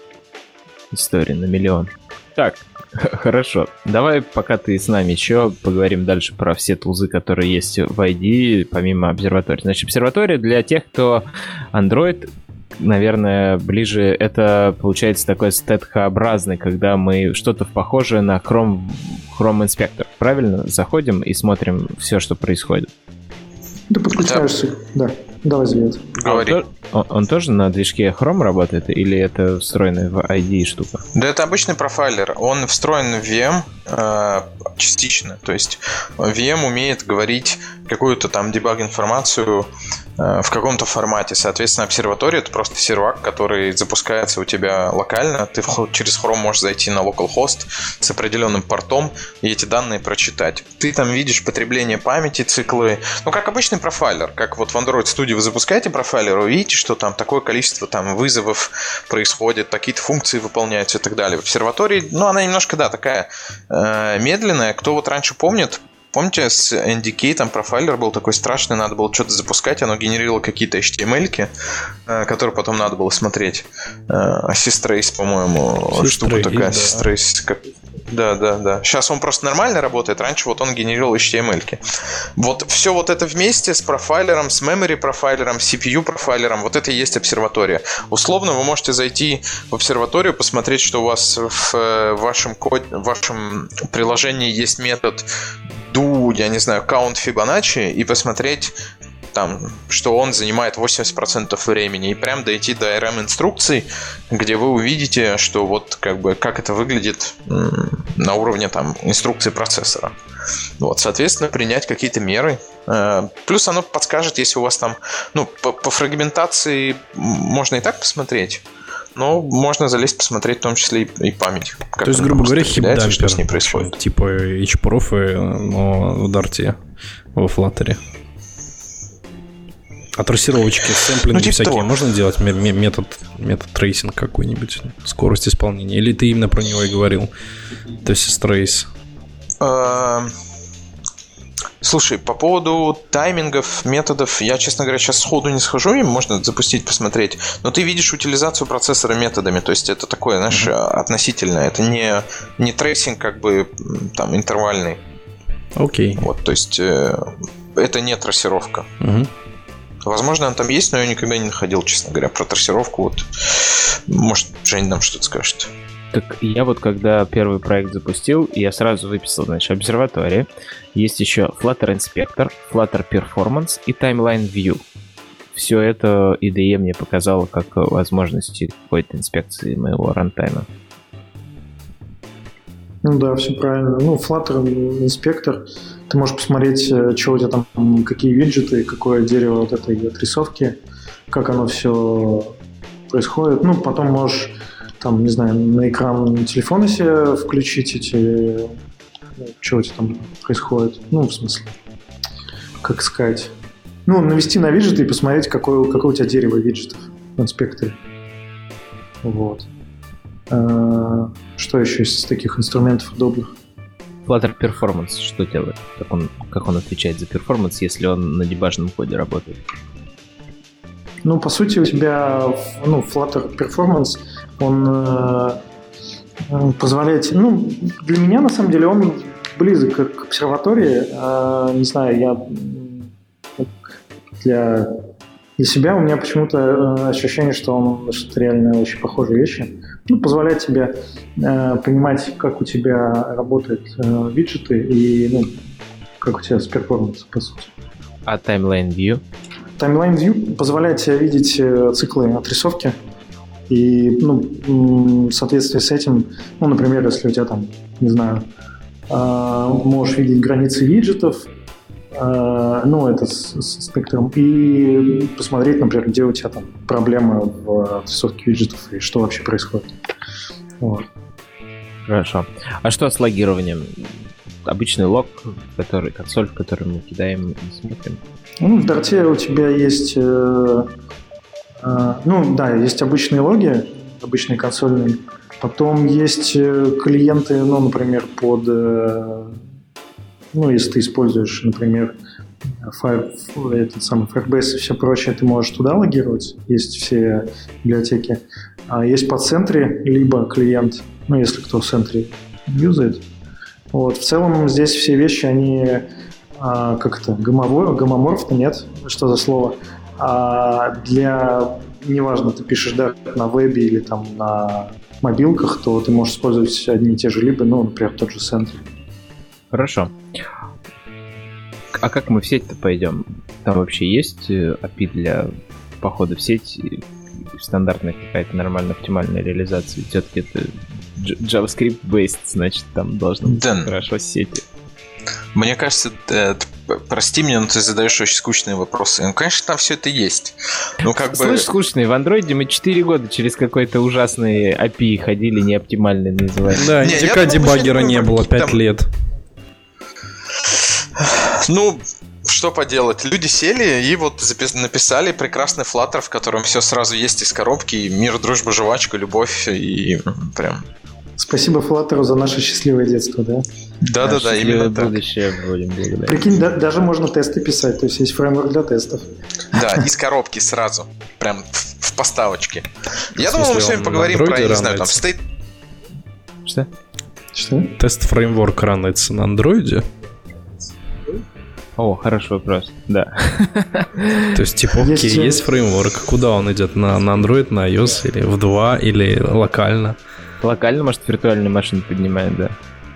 История на миллион. Так, хорошо. Давай, пока ты с нами еще, поговорим дальше про все тулзы, которые есть в ID, помимо обсерватории. Значит, обсерватория для тех, кто Android, наверное, ближе, это получается такой стетхообразный, когда мы что-то похожее на Chrome Inspector. Правильно? Заходим и смотрим все, что происходит. Ты подключаешься, да. Давай, Звет. Говори. Он тоже на движке Chrome работает или это встроенная в ID штука? Да, это обычный профайлер. Он встроен в VM частично. То есть VM умеет говорить какую-то там дебаг-информацию в каком-то формате. Соответственно, обсерватория — это просто сервак, который запускается у тебя локально. Ты через Chrome можешь зайти на localhost с определенным портом и эти данные прочитать. Ты там видишь потребление памяти, циклы. Ну, как обычный профайлер. Как вот в Android Studio вы запускаете профайлер, вы видите, что там такое количество там вызовов происходит, такие-то функции выполняются и так далее. В обсерватории, ну, она немножко, да, такая медленная. Кто вот раньше помнит, помните, с NDK там профайлер был такой страшный, надо было что-то запускать, оно генерировало какие-то HTML-ки, которые потом надо было смотреть. Systrace, по-моему, штука такая. Systrace, как... Да. Сейчас он просто нормально работает, раньше вот он генерировал HTML-ки. Вот все вот это вместе с профайлером, с memory профайлером, с CPU профайлером, вот это и есть обсерватория. Условно вы можете зайти в обсерваторию, посмотреть, что у вас в вашем приложении есть метод do, я не знаю, count Fibonacci, и посмотреть там, что он занимает 80% времени, и прям дойти до RM-инструкций, где вы увидите, что вот как бы как это выглядит на уровне там инструкции процессора. Вот, соответственно, принять какие-то меры. Плюс оно подскажет, если у вас там, ну, по фрагментации можно и так посмотреть, но можно залезть посмотреть в том числе и память. То есть, грубо говоря, хип-дампер, что с ней происходит. Типа HPROF, но в Dart, во Flutter. А трассировочки, сэмплинги типа всякие того. Можно делать? Метод трейсинг какой-нибудь? Скорость исполнения? Или ты именно про него и говорил? То есть трейс. Слушай, по поводу таймингов, методов, я, честно говоря, сейчас сходу не схожу, им можно запустить, посмотреть. Но ты видишь утилизацию процессора методами, то есть это такое, знаешь, относительное. Это не трейсинг как бы там интервальный. Окей. Вот, то есть это не трассировка. Возможно, он там есть, но я никогда не находил, честно говоря, про трассировку. Вот. Может, Жень нам что-то скажет. Так я вот когда первый проект запустил, я сразу выписал, значит, обсерватория. Есть еще Flutter Inspector, Flutter Performance и Timeline View. Все это IDE мне показало как возможности какой-то инспекции моего рантайма. Ну да, все правильно. Ну, Flutter Inspector, ты можешь посмотреть, что у тебя там, какие виджеты, какое дерево вот этой отрисовки, как оно все происходит. Ну, потом можешь, там, не знаю, на экран телефона себе включить эти, что у тебя там происходит. Ну, в смысле, как сказать. Ну, навести на виджеты и посмотреть, какое у тебя дерево виджетов в инспекторе. Вот. Что еще из таких инструментов удобных? Flutter Performance что делает? Как он отвечает за перформанс, если он на дебажном коде работает? Ну, по сути, у тебя Flutter Performance, он позволяет... Ну, для меня, на самом деле, он близок к обсерватории. Не знаю, для себя у меня почему-то ощущение, что это реально очень похожие вещи. Ну, позволяет тебе понимать, как у тебя работают виджеты и как у тебя с перформансом, по сути. А Timeline View? Timeline View позволяет тебе видеть циклы отрисовки. И в соответствии с этим, например, если у тебя там, не знаю, можешь видеть границы виджетов, это с спектром, и посмотреть, например, где у тебя там проблемы в отрисовке виджетов и что вообще происходит. Вот. Хорошо. А что с логированием? Обычный лог, консоль, в которую мы кидаем и смотрим. В Дарте у тебя есть есть обычные логи, обычные консольные. Потом есть клиенты, например, если ты используешь, например, Firebase и все прочее, ты можешь туда логировать. Есть все библиотеки. А есть по Sentry, либо клиент, если кто Sentry юзает. Вот. В целом здесь все вещи, они гомоморфны, нет? Что за слово? Неважно, ты пишешь на вебе или там на мобилках, то ты можешь использовать одни и те же, либо, например, тот же Sentry. Хорошо. А как мы в сеть-то пойдем? Там вообще есть API для похода в сеть? Стандартная какая-то нормальная оптимальная реализация? Все-таки это JavaScript-based, значит, там должно быть хорошо с сетью. Мне кажется, прости меня, но ты задаешь очень скучные вопросы. Конечно, там все это есть. Слышь, скучные. В Андроиде мы 4 года через какой-то ужасный API ходили, неоптимальный называемый. Да, языка дебаггера не было 5 лет. Что поделать? Люди сели и написали прекрасный Flutter, в котором все сразу есть из коробки. Мир, дружба, жвачка, любовь и прям... Спасибо Flutter за наше счастливое детство, да? Да, именно так. Будущее будем благодарить. Прикинь, даже можно тесты писать, то есть есть фреймворк для тестов. Да, из коробки сразу, прям в поставочке. Я думал, мы с вами поговорим про, не знаю, там, стейт... Что? Тест-фреймворк ранается на андроиде? О, хороший вопрос, да. То есть, есть фреймворк, куда он идет? На Android, на iOS, или в 2, или локально? Локально, может, виртуальную машину поднимает, да.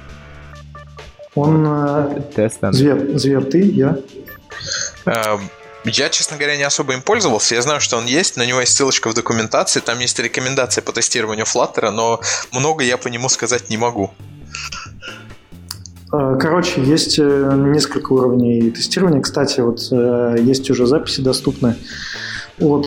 Он... Звер, ты, я? Я, честно говоря, не особо им пользовался. Я знаю, что он есть, на него есть ссылочка в документации, там есть рекомендация по тестированию Flutter, но много я по нему сказать не могу. Короче, есть несколько уровней тестирования. Кстати, есть уже записи доступны от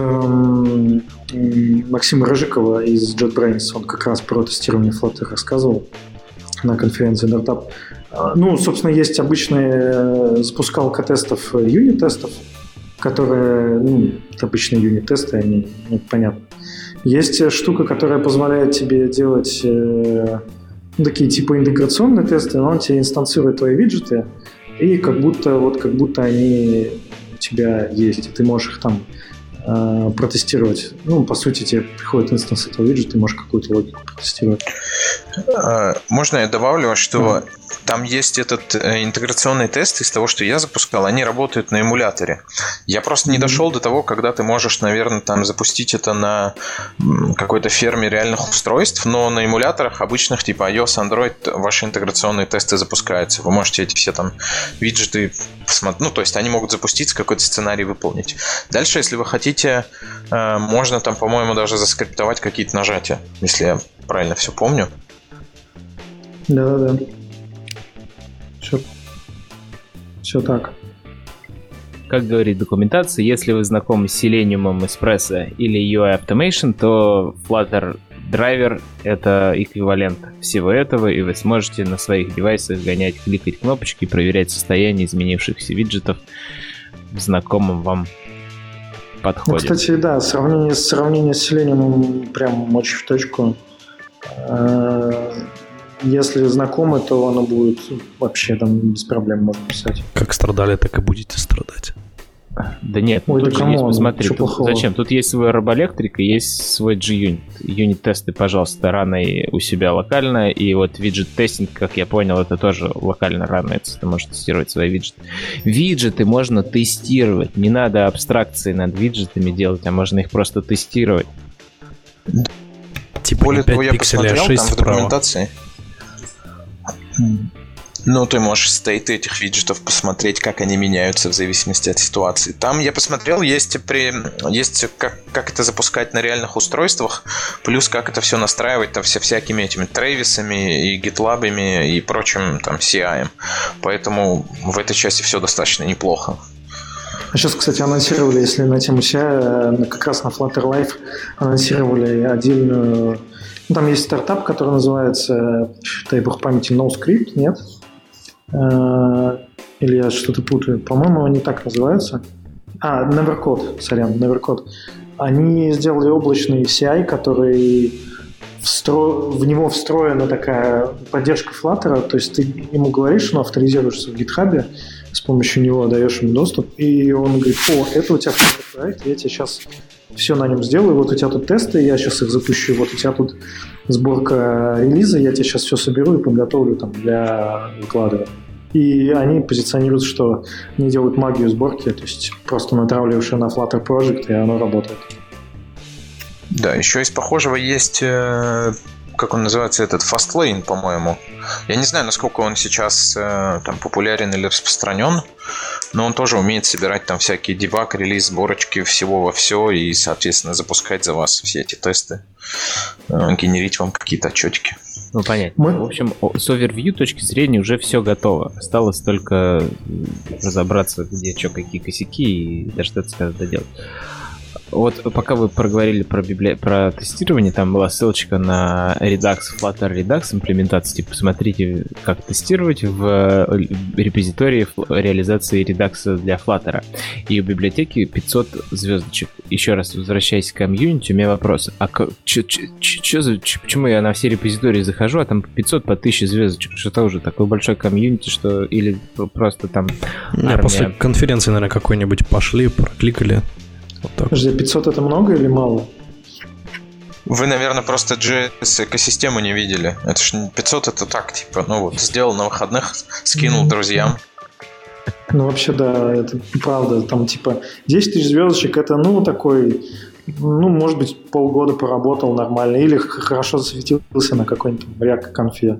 Максима Рыжикова из JetBrains. Он как раз про тестирование Flutter рассказывал на конференции Dart. Собственно, есть обычные запускалка тестов, юнит-тестов, которые, обычные юнит-тесты, они, понятно. Есть штука, которая позволяет тебе делать такие типа интеграционные тесты, но он тебе инстанцирует твои виджеты, и как будто они у тебя есть, и ты можешь их там протестировать. По сути, тебе приходит инстанс этого виджета, ты можешь какую-то логику протестировать. Можно я добавлю, что там есть этот интеграционный тест из того, что я запускал, они работают на эмуляторе. Я просто не дошел до того, когда ты можешь, наверное, там запустить это на какой-то ферме реальных устройств, но на эмуляторах обычных типа iOS, Android ваши интеграционные тесты запускаются. Вы можете эти все там виджеты посмотреть, то есть они могут запуститься, какой-то сценарий выполнить. Дальше, если вы хотите, можно там, по-моему, даже заскриптовать какие-то нажатия, если я правильно все помню. Да. Все так. Как говорит документация, если вы знакомы с Selenium, Espresso или UI Automation, то Flutter Driver — это эквивалент всего этого, и вы сможете на своих девайсах гонять, кликать кнопочки, проверять состояние изменившихся виджетов в знакомом вам подходе. Кстати, да, сравнение с Selenium прям очень в точку. если знакомы, то оно будет вообще там без проблем можно писать. Как страдали, так и будете страдать. Да нет, ой, тут да же есть, посмотри, тут, зачем? Тут есть свой робоэлектрик и есть свой G-Unit. Юнит-тесты, пожалуйста, рано у себя локально, и вот виджет-тестинг, как я понял, это тоже локально рано, ты можешь тестировать свои виджеты. Виджеты можно тестировать, не надо абстракции над виджетами делать, а можно их просто тестировать. Типа более того, я 5 пикселей, посмотрел, а 6 там в справа. документации. Ну, ты можешь стейты этих виджетов посмотреть, как они меняются в зависимости от ситуации. Там, я посмотрел, есть как это запускать на реальных устройствах, плюс как это все настраивать там всякими этими трейвисами и гитлабами и прочим там CI. Поэтому в этой части все достаточно неплохо. А сейчас, кстати, анонсировали, если на тему CI, как раз на Flutter Live анонсировали отдельную... Ну, там есть стартап, который называется, дай бог памяти, NoScript, нет? Или я что-то путаю. По-моему, они так называются. Nevercode, сорян, Nevercode. Они сделали облачный CI, который в него встроена такая поддержка Flutter, то есть ты ему говоришь, он авторизируешься в GitHub, с помощью него даешь ему доступ, и он говорит: это у тебя проект, я тебе сейчас все на нем сделаю, вот у тебя тут тесты, я сейчас их запущу, вот у тебя тут сборка релиза, я тебе сейчас все соберу и подготовлю там для выкладывания. И они позиционируют, что они делают магию сборки, то есть просто натравливаешь на Flutter Project, и оно работает. Да, еще из похожего есть, как он называется, этот Fastlane, по-моему. Я не знаю, насколько он сейчас там популярен или распространен, но он тоже умеет собирать там всякие дебаг, релиз, сборочки всего во все и, соответственно, запускать за вас все эти тесты, генерить вам какие-то отчетики. Ну, понятно. В общем, с overview точки зрения уже все готово. Осталось только разобраться, где что, какие косяки, и дождаться, когда доделать. Вот пока вы проговорили про тестирование, там была ссылочка на Redux, Flutter Redux имплементацию. Типа, посмотрите, как тестировать в репозитории реализации Redux для Flutter. И у библиотеки 500 звездочек. Еще раз, возвращаясь к комьюнити, у меня вопрос. А почему я на все репозитории захожу, а там 500 по 1000 звездочек? Что-то уже такой большой комьюнити, что или просто там армия... После конференции, наверное, какой-нибудь пошли, прокликали. Вот так. Подожди, 500 это много или мало? Вы, наверное, просто JS экосистему не видели. Это ж 500 это так, типа, ну вот, сделал на выходных, скинул друзьям. Ну, вообще, да, это правда. Там, типа, 10 тысяч звездочек, это, ну, такой, ну, может быть, полгода поработал нормально. Или хорошо засветился на какой-нибудь React-конфе.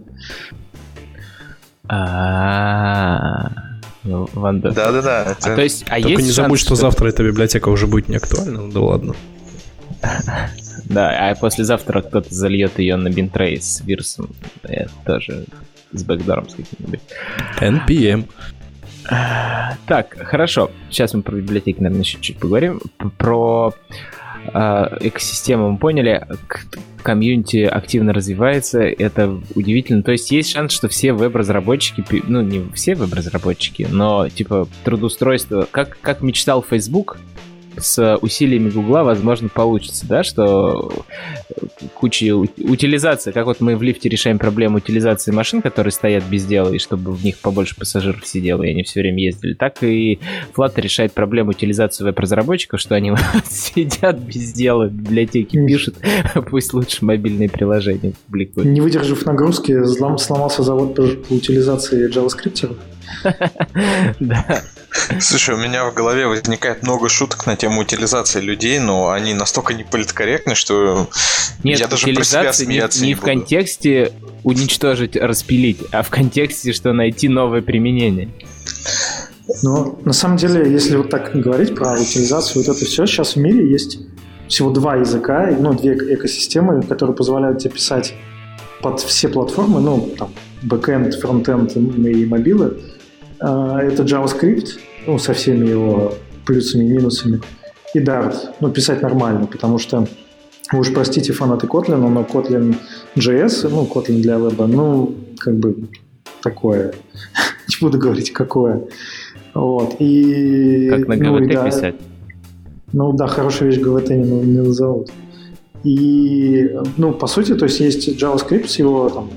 Да. То есть, только не забудь, что завтра эта библиотека уже будет не актуальна. Да ладно. Да, а послезавтра кто-то зальет ее на Bintray с вирусом. Это тоже с бэкдором с каким-нибудь. NPM. Так, хорошо. Сейчас мы про библиотеки, наверное, еще чуть поговорим. Про экосистему мы поняли. Комьюнити активно развивается, это удивительно. То есть есть шанс, что все веб-разработчики, ну не все веб-разработчики, но типа трудоустройство, как мечтал Facebook, с усилиями Гугла, возможно, получится, да, что куча утилизации, как вот мы в лифте решаем проблему утилизации машин, которые стоят без дела, и чтобы в них побольше пассажиров сидело, и они все время ездили, так и Flutter решает проблему утилизации веб-разработчиков, что они сидят без дела, в библиотеке пишут, пусть лучше мобильные приложения публикуют. Не выдержав нагрузки, сломался завод по утилизации JavaScript. Да. Слушай, у меня в голове возникает много шуток на тему утилизации людей, но они настолько неполиткорректны, что нет, я даже про себя смеяться не в контексте уничтожить, распилить, а в контексте, что найти новое применение. Ну, на самом деле, если вот так говорить про утилизацию, вот это все, сейчас в мире есть всего 2 языка, ну, 2 экосистемы, которые позволяют тебе писать под все платформы, ну, там, бэкэнд, фронтэнд и мобилы. Это JavaScript, ну, со всеми его плюсами и минусами, и Dart, ну, писать нормально, потому что, вы уж простите, фанаты Kotlin, но Kotlin JS, ну, Kotlin для веба, ну, как бы такое, не буду говорить, какое. Вот, и... Как на GVT писать? Ну, да, хорошая вещь GVT не назовут. И, ну, по сути, то есть JavaScript с его, там,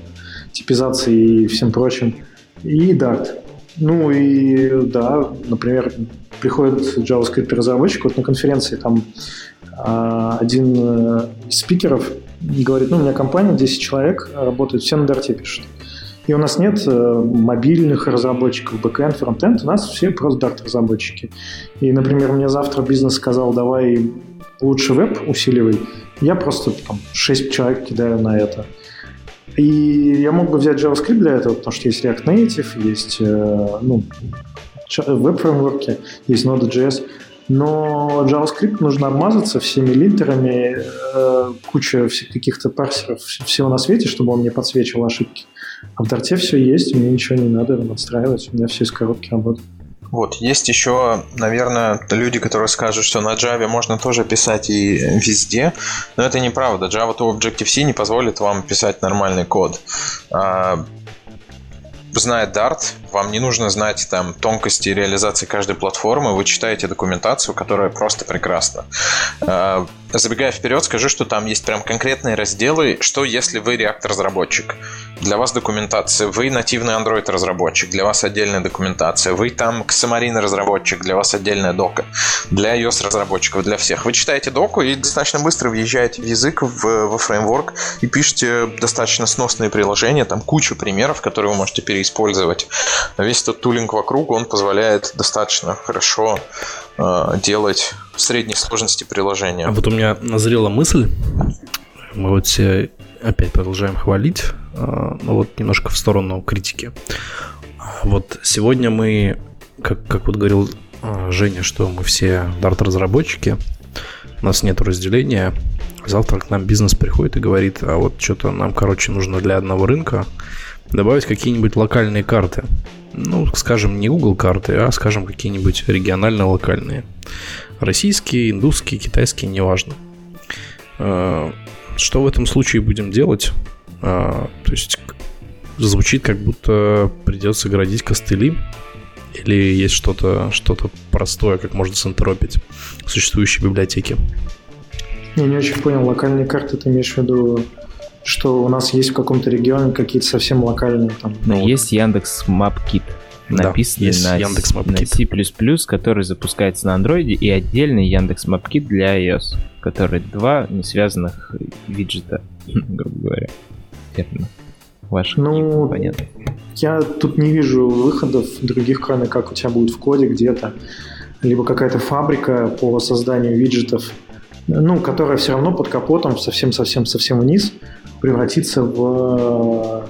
типизацией и всем прочим, и Dart. Ну и да, например, приходит JavaScript-разработчик, вот на конференции там один из спикеров говорит, у меня компания, 10 человек, работают, все на Dart пишут. И у нас нет мобильных разработчиков, бэкэнд, фронтенд, у нас все просто Dart-разработчики. И, например, мне завтра бизнес сказал, давай лучше веб усиливай, я просто там 6 человек кидаю на это. И я мог бы взять JavaScript для этого, потому что есть React Native, есть веб-фреймворки, есть Node.js. Но JavaScript нужно обмазаться всеми линтерами, куча каких-то парсеров всего на свете, чтобы он не подсвечивал ошибки. А в Dart все есть, мне ничего не надо настраивать, у меня все из коробки работает. Вот, есть еще, наверное, люди, которые скажут, что на Java можно тоже писать и везде, но это неправда. Java to Objective-C не позволит вам писать нормальный код. Зная Dart, вам не нужно знать там тонкости реализации каждой платформы, вы читаете документацию, которая просто прекрасна. Забегая вперед, скажу, что там есть прям конкретные разделы, что если вы React-разработчик. Для вас документация, вы нативный Android-разработчик, для вас отдельная документация, вы там Xamarin-разработчик, для вас отдельная дока, для iOS-разработчиков, для всех. Вы читаете доку и достаточно быстро въезжаете в язык, во фреймворк и пишете достаточно сносные приложения, там кучу примеров, которые вы можете переиспользовать. Весь этот тулинг вокруг, он позволяет достаточно хорошо делать средней сложности приложения. А вот у меня назрела мысль, мы вот все опять продолжаем хвалить, но вот немножко в сторону критики. Вот сегодня мы, как вот говорил Женя, что мы все Dart-разработчики, у нас нет разделения. Завтра к нам бизнес приходит и говорит, а вот что-то нам, нужно для одного рынка добавить какие-нибудь локальные карты. Ну, скажем, не Google карты, а, скажем, какие-нибудь регионально-локальные. Российские, индусские, китайские, неважно. Что в этом случае будем делать? То есть звучит, как будто придется градить костыли. Или есть что-то простое, как можно синтропить существующие библиотеки? Я не очень понял, локальные карты ты имеешь в виду, что у нас есть в каком-то регионе какие-то совсем локальные там. Есть Яндекс.Мапкит, написанный на C++, который запускается на Android, и отдельный Яндекс.Мапкит для iOS, который два не связанных виджета, грубо говоря, терминов. Понятно. Я тут не вижу выходов других, кроме как у тебя будет в коде где-то, либо какая-то фабрика по созданию виджетов, которая все равно под капотом совсем вниз превратится в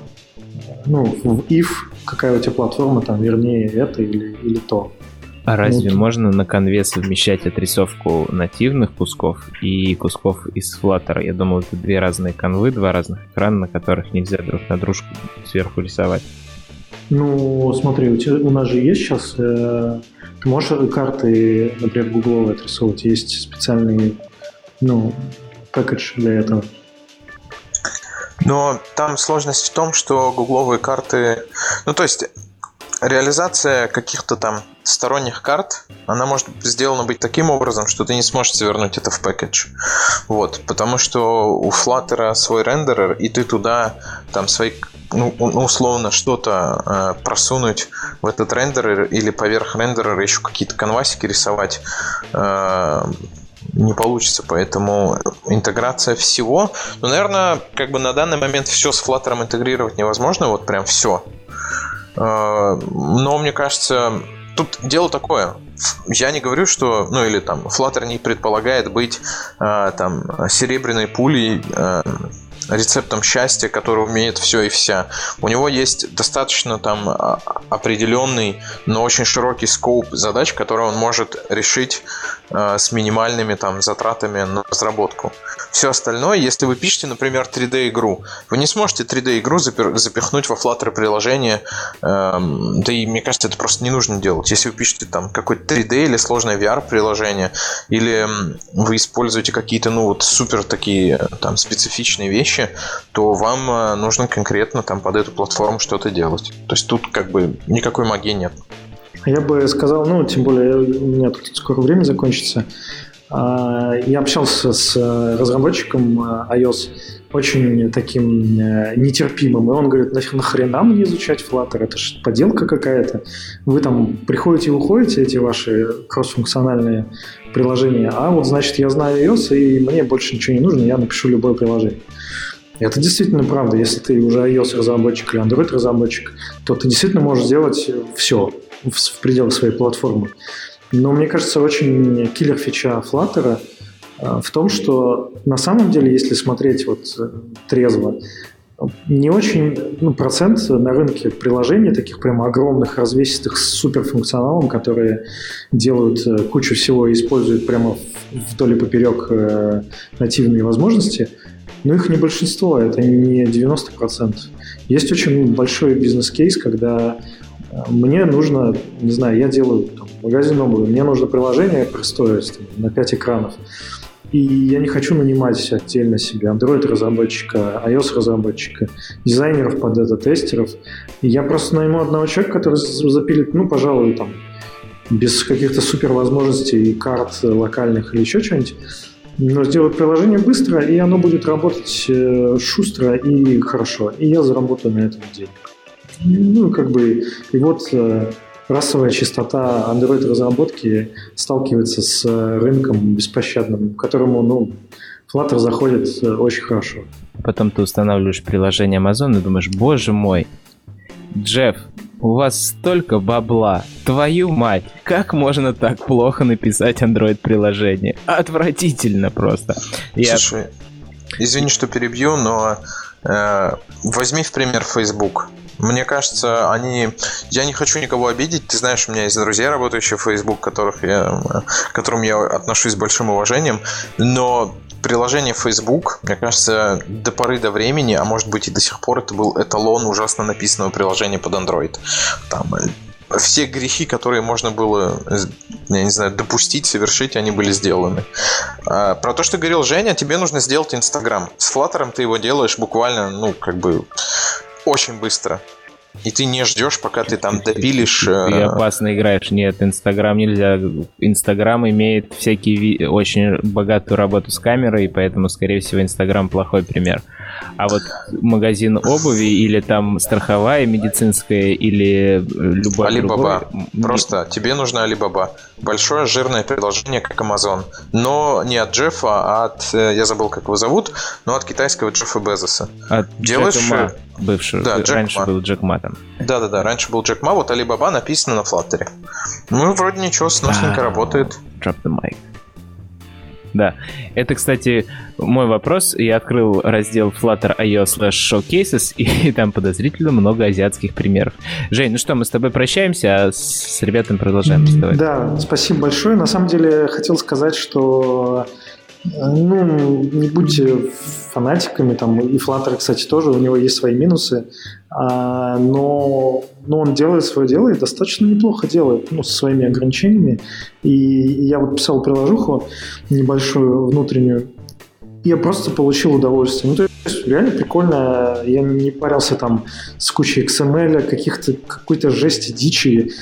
if, какая у тебя платформа, там, вернее, это или то. А разве можно на конве совмещать отрисовку нативных кусков и кусков из Flutter? Я думал, это две разные конвы, два разных экрана, на которых нельзя друг на дружку сверху рисовать. Смотри, у нас же есть сейчас... ты можешь карты, например, гугловые отрисовывать. Есть специальный пэкэдж для этого. Но там сложность в том, что гугловые карты... то есть реализация каких-то там сторонних карт, она может сделана быть таким образом, что ты не сможешь завернуть это в пэкэдж. Вот, потому что у Flutter свой рендерер, и ты туда там свои, условно, что-то просунуть в этот рендерер или поверх рендерера еще какие-то канвасики рисовать не получится, поэтому интеграция всего, наверное, на данный момент все с Flutter интегрировать невозможно, вот прям все. Но мне кажется, тут дело такое. Я не говорю, что, или там Flutter не предполагает быть серебряной пулей, рецептом счастья, который умеет все и вся. У него есть достаточно там определенный, но очень широкий скоуп задач, которые он может решить с минимальными там затратами на разработку. Все остальное, если вы пишете, например, 3D-игру, вы не сможете 3D-игру запихнуть во Flutter приложение, да и мне кажется, это просто не нужно делать. Если вы пишете там какое-то 3D или сложное VR-приложение, или вы используете какие-то, супер такие там специфичные вещи, то вам нужно конкретно там под эту платформу что-то делать. То есть тут никакой магии нет. Я бы сказал, тем более у меня тут скоро время закончится, Я общался с разработчиком iOS, очень таким нетерпимым, и он говорит, нахрена мне изучать Flutter, это же поделка какая-то. Вы там приходите и уходите, эти ваши кроссфункциональные приложения, а вот, значит, я знаю iOS, и мне больше ничего не нужно, я напишу любое приложение. И это действительно правда. Если ты уже iOS-разработчик или Android-разработчик, то ты действительно можешь сделать все в пределах своей платформы. Но мне кажется, очень киллер-фича Flutter в том, что на самом деле, если смотреть вот трезво, не очень процент на рынке приложений, таких прямо огромных, развесистых, с суперфункционалом, которые делают кучу всего и используют прямо вдоль и поперек нативные возможности, но их не большинство, это не 90%. Есть очень большой бизнес-кейс, когда мне нужно, не знаю, я делаю магазин обуви, мне нужно приложение простое на 5 экранов, и я не хочу нанимать отдельно себе Android-разработчика, iOS-разработчика, дизайнеров под это, тестеров. И я просто найму одного человека, который запилит, пожалуй, там, без каких-то супервозможностей, карт локальных или еще что-нибудь, но сделать приложение быстро, и оно будет работать шустро и хорошо. И я заработаю на этом денег. И вот расовая частота Android-разработки сталкивается с рынком беспощадным, к которому, Flutter заходит очень хорошо. Потом ты устанавливаешь приложение Amazon и думаешь, боже мой, Джефф, у вас столько бабла, твою мать, как можно так плохо написать Android-приложение? Отвратительно просто. Слушай, извини, что перебью, но возьми в пример Facebook. Мне кажется, я не хочу никого обидеть. Ты знаешь, у меня есть друзья, работающие в Facebook, к которым я отношусь с большим уважением. Но приложение Facebook, мне кажется, до поры до времени, а может быть и до сих пор, это был эталон ужасно написанного приложения под Android. Там все грехи, которые можно было, я не знаю, допустить, совершить, они были сделаны. Про то, что говорил Женя, тебе нужно сделать Instagram. С Flutter ты его делаешь буквально, очень быстро. И ты не ждешь, пока ты там допилишь... Ты опасно играешь. Нет, Инстаграм нельзя. Инстаграм имеет очень богатую работу с камерой, поэтому, скорее всего, Инстаграм плохой пример. А вот магазин обуви или там страховая, медицинская или любая Alibaba. Просто тебе нужна Alibaba. Большое жирное приложение, как Amazon. Но не от Джеффа, а от... Я забыл, как его зовут, но от китайского Джеффа Безоса. От Джека Ма, бывший. Да, раньше был Джек Ма там. Да, раньше был Джек Ма. Вот Alibaba написано на Flutter. Вроде ничего, сносненько работает. Drop the mic. Да, это, кстати, мой вопрос. Я открыл раздел Flutter IO/Showcases, и там подозрительно много азиатских примеров. Жень, что, мы с тобой прощаемся, а с ребятами продолжаем разговаривать. Да, спасибо большое. На самом деле, хотел сказать, что не будьте фанатиками, и Flutter, кстати, тоже, у него есть свои минусы, но он делает свое дело и достаточно неплохо делает, со своими ограничениями. И я вот писал приложуху небольшую, внутреннюю, и я просто получил удовольствие. То есть реально прикольно, я не парился там с кучей XML, какой-то жести, дичи.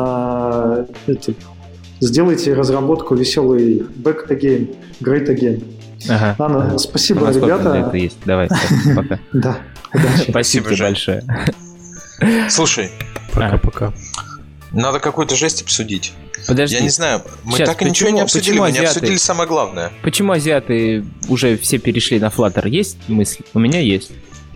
Сделайте разработку веселый back again, great again. Ага. Ладно, спасибо, ребята. Это есть. Давай, пока. Да, удачи. Спасибо тебе большое. Слушай, пока-пока. Надо какую-то жесть обсудить. Подожди. Я не знаю, мы так и ничего не обсудили, мы не обсудили самое главное. Почему азиаты уже все перешли на Flutter? Есть мысли? У меня есть.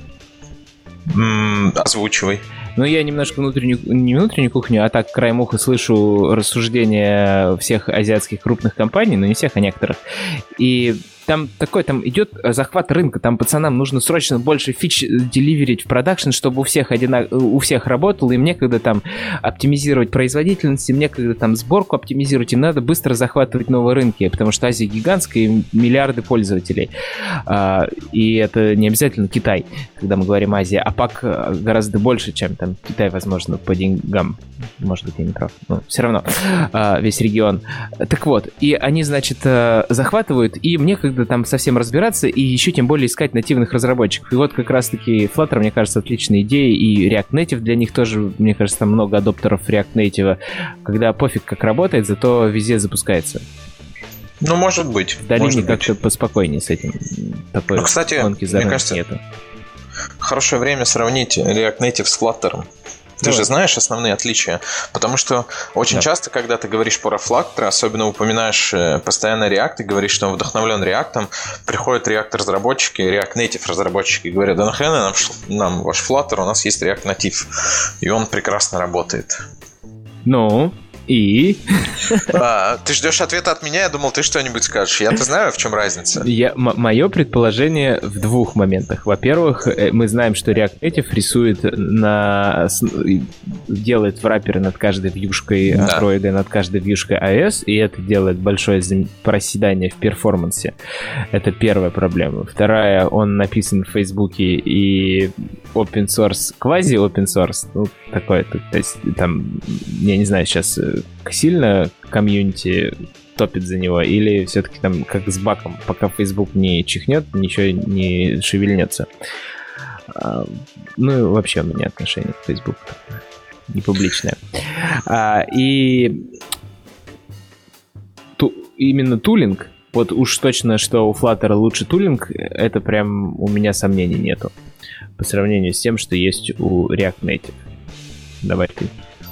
Озвучивай. Я немножко не внутреннюю кухню, а так краем уха слышу рассуждения всех азиатских крупных компаний, но не всех, а некоторых. И там идет захват рынка, там пацанам нужно срочно больше фич деливерить в продакшн, чтобы у всех работало, им некогда там оптимизировать производительность, им некогда там сборку оптимизировать, им надо быстро захватывать новые рынки, потому что Азия гигантская, и миллиарды пользователей. И это не обязательно Китай, когда мы говорим Азия, а пак гораздо больше, чем там Китай, возможно, по деньгам. Может быть, я не прав, но все равно весь регион. Так вот, и они, значит, захватывают, и им некогда там совсем разбираться, и еще тем более искать нативных разработчиков. И вот как раз-таки Flutter, мне кажется, отличная идея, и React Native для них тоже, мне кажется, там много адоптеров React Native, когда пофиг как работает, зато везде запускается. Ну, может быть. В долине как-то поспокойнее с этим. Такой кстати, мне кажется, нету. Хорошее время сравнить React Native с Flutter. Ты же знаешь основные отличия. Потому что очень часто, когда ты говоришь про Flutter, особенно упоминаешь постоянно React и говоришь, что он вдохновлен React, приходят React-разработчики, React Native-разработчики и говорят: да нахрена нам ваш Flutter, у нас есть React Native. И он прекрасно работает. Ну... И? Ты ждешь ответа от меня? Я думал, ты что-нибудь скажешь. Я-то знаю, в чем разница. Мое предположение в двух моментах. Во-первых, мы знаем, что React Native рисует делает врапперы над каждой вьюшкой Android и над каждой вьюшкой iOS, и это делает большое проседание в перформансе. Это первая проблема. Вторая, он написан в Фейсбуке и open source, квази-open source, ну, такое, то есть там, я не знаю, сейчас сильно комьюнити топит за него, или все-таки там как с баком, пока Facebook не чихнет, ничего не шевельнется. Ну и вообще у меня отношение к Facebook не публичное. И именно тулинг, вот уж точно, что у Flutter лучше тулинг, это прям у меня сомнений нету по сравнению с тем, что есть у React Native. Давай ты.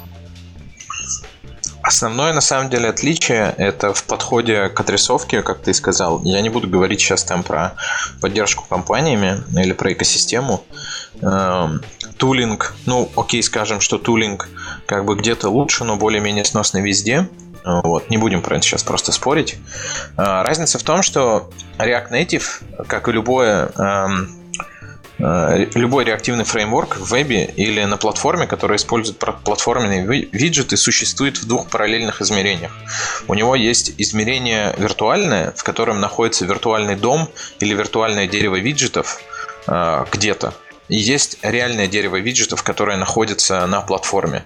Основное, на самом деле, отличие — это в подходе к отрисовке, как ты сказал. Я не буду говорить сейчас там про поддержку компаниями или про экосистему. Тулинг, ну, окей, скажем, что тулинг как бы где-то лучше, но более-менее сносный везде. Вот, не будем про это сейчас просто спорить. Разница в том, что React Native, как и любой реактивный фреймворк в вебе или на платформе, который использует платформенные виджеты, существует в двух параллельных измерениях. У него есть измерение виртуальное, в котором находится виртуальный дом или виртуальное дерево виджетов где-то. И есть реальное дерево виджетов, которое находится на платформе.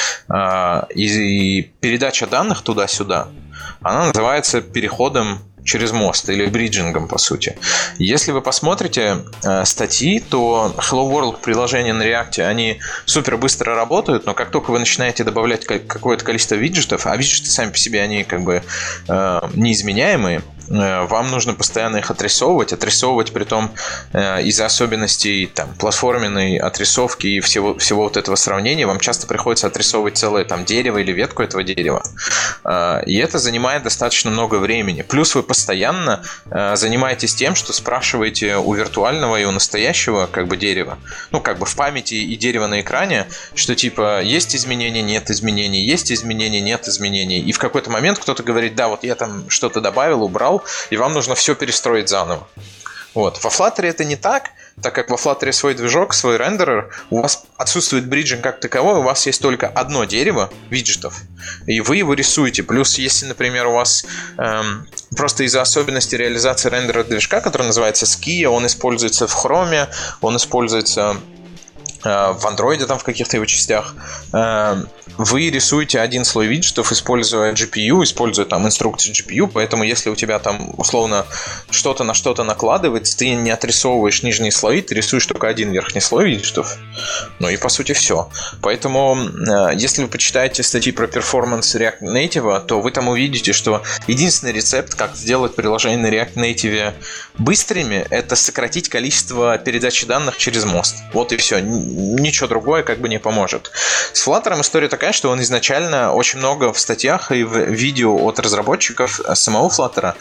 И передача данных туда-сюда, она называется переходом через мост или бриджингом, по сути. Если вы посмотрите статьи, то Hello World приложения на React, они супер быстро работают, но как только вы начинаете добавлять какое-то количество виджетов, а виджеты сами по себе, они как бы неизменяемые, вам нужно постоянно их отрисовывать, притом из-за особенностей там, платформенной отрисовки и всего вот этого сравнения вам часто приходится отрисовывать целое там, дерево или ветку этого дерева. И это занимает достаточно много времени. Плюс вы постоянно занимаетесь тем, что спрашиваете у виртуального и у настоящего как бы дерева, ну как бы в памяти и дерево на экране, что типа есть изменения, нет изменений, есть изменения, нет изменений. И в какой-то момент кто-то говорит: да, вот я там что-то добавил, убрал, и вам нужно все перестроить заново. Вот. Во Flutter это не так как во Flutter свой движок, свой рендерер, у вас отсутствует бриджинг как таковой, у вас есть только одно дерево виджетов, и вы его рисуете. Плюс, если, например, у вас просто из-за особенностей реализации рендера движка, который называется Skia, он используется в Chrome, он используется в Android там в каких-то его частях, вы рисуете один слой виджетов, используя GPU, используя там инструкции GPU, поэтому если у тебя там условно что-то на что-то накладывается, ты не отрисовываешь нижние слои, ты рисуешь только один верхний слой виджетов, ну и по сути все. Поэтому если вы почитаете статьи про перформанс React Native, то вы там увидите, что единственный рецепт, как сделать приложение на React Native быстрыми, это сократить количество передачи данных через мост. Вот и все. Ничего другое как бы не поможет. С Flutter история такая, что он изначально очень много в статьях и в видео от разработчиков самого Flutter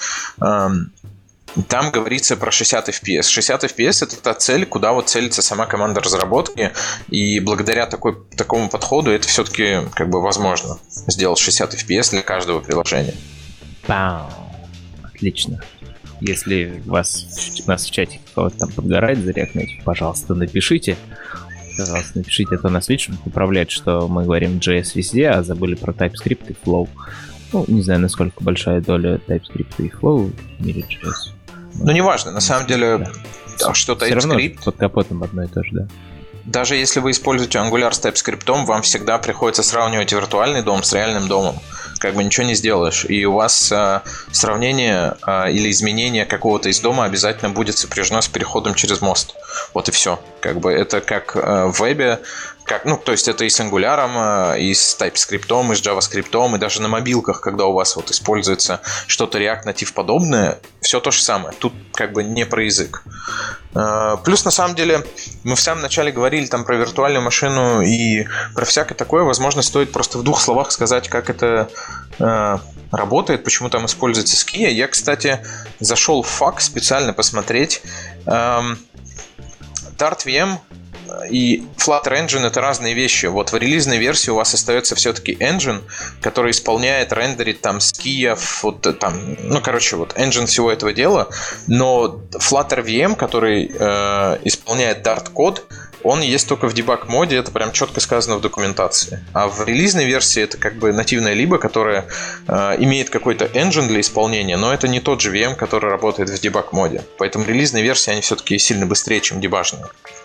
там говорится про 60 FPS. 60 FPS — это та цель, куда вот целится сама команда разработки, и благодаря такому подходу это все-таки как бы возможно сделать 60 FPS для каждого приложения. Пау. Отлично. Если у нас в чате кого-то там подгорает за React Native, пожалуйста, напишите. Пожалуйста, напишите, а то нас, видишь, управляет, что мы говорим JS везде, а забыли про TypeScript и Flow. Ну, не знаю, насколько большая доля TypeScript и Flow в мире JS. Ну, неважно, на самом деле, да. Что TypeScript... Все равно под капотом одно и то же, да. Даже если вы используете Angular с TypeScript, вам всегда приходится сравнивать виртуальный дом с реальным домом. Как бы ничего не сделаешь. И у вас сравнение или изменение какого-то из дома обязательно будет сопряжено с переходом через мост. Вот и все. Как бы это как в вебе, То есть это и с Angular, и с TypeScript, и с JavaScript, и даже на мобилках, когда у вас вот используется что-то React Native подобное, все то же самое. Тут как бы не про язык. Плюс, на самом деле, мы в самом начале говорили там про виртуальную машину и про всякое такое. Возможно, стоит просто в 2 словах сказать, как это работает, почему там используется Skia. Я, кстати, зашел в FAQ специально посмотреть. Dart VM и Flutter Engine — это разные вещи. Вот в релизной версии у вас остается все-таки Engine, который исполняет, рендерит там Skia, вот там, вот Engine всего этого дела. Но Flutter VM, который исполняет Dart код, он есть только в дебаг-моде, это прям четко сказано в документации. А в релизной версии это как бы нативная либо, которая имеет какой-то engine для исполнения, но это не тот же VM, который работает в дебаг-моде. Поэтому релизные версии, они все-таки сильно быстрее, чем дебажные.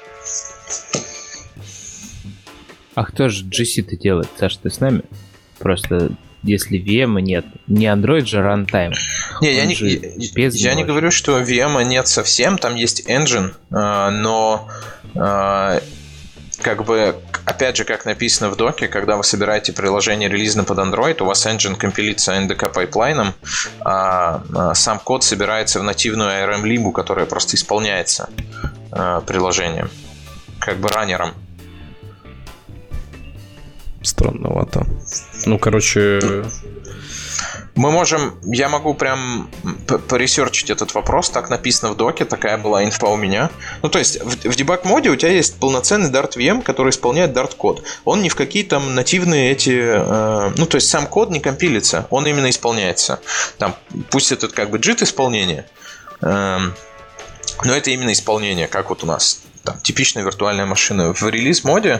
А кто же GC-то делает? Саша, ты с нами? Просто если VM нет. Не Android же runtime. Я не говорю, что VM нет совсем. Там есть engine, но как бы, опять же, как написано в доке, когда вы собираете приложение релизно под Android, у вас engine компилится NDK пайплайном, а сам код собирается в нативную ARM-либу, которая просто исполняется приложением, как бы раннером. Странновато. Я могу прям поресерчить этот вопрос. Так написано в доке, такая была инфа у меня. То есть в дебаг-моде у тебя есть полноценный Dart VM, который исполняет Dart код. Он не в какие там нативные эти... то есть сам код не компилится, он именно исполняется. Там, пусть это как бы JIT исполнение, но это именно исполнение, как вот у нас там типичная виртуальная машина. В релиз-моде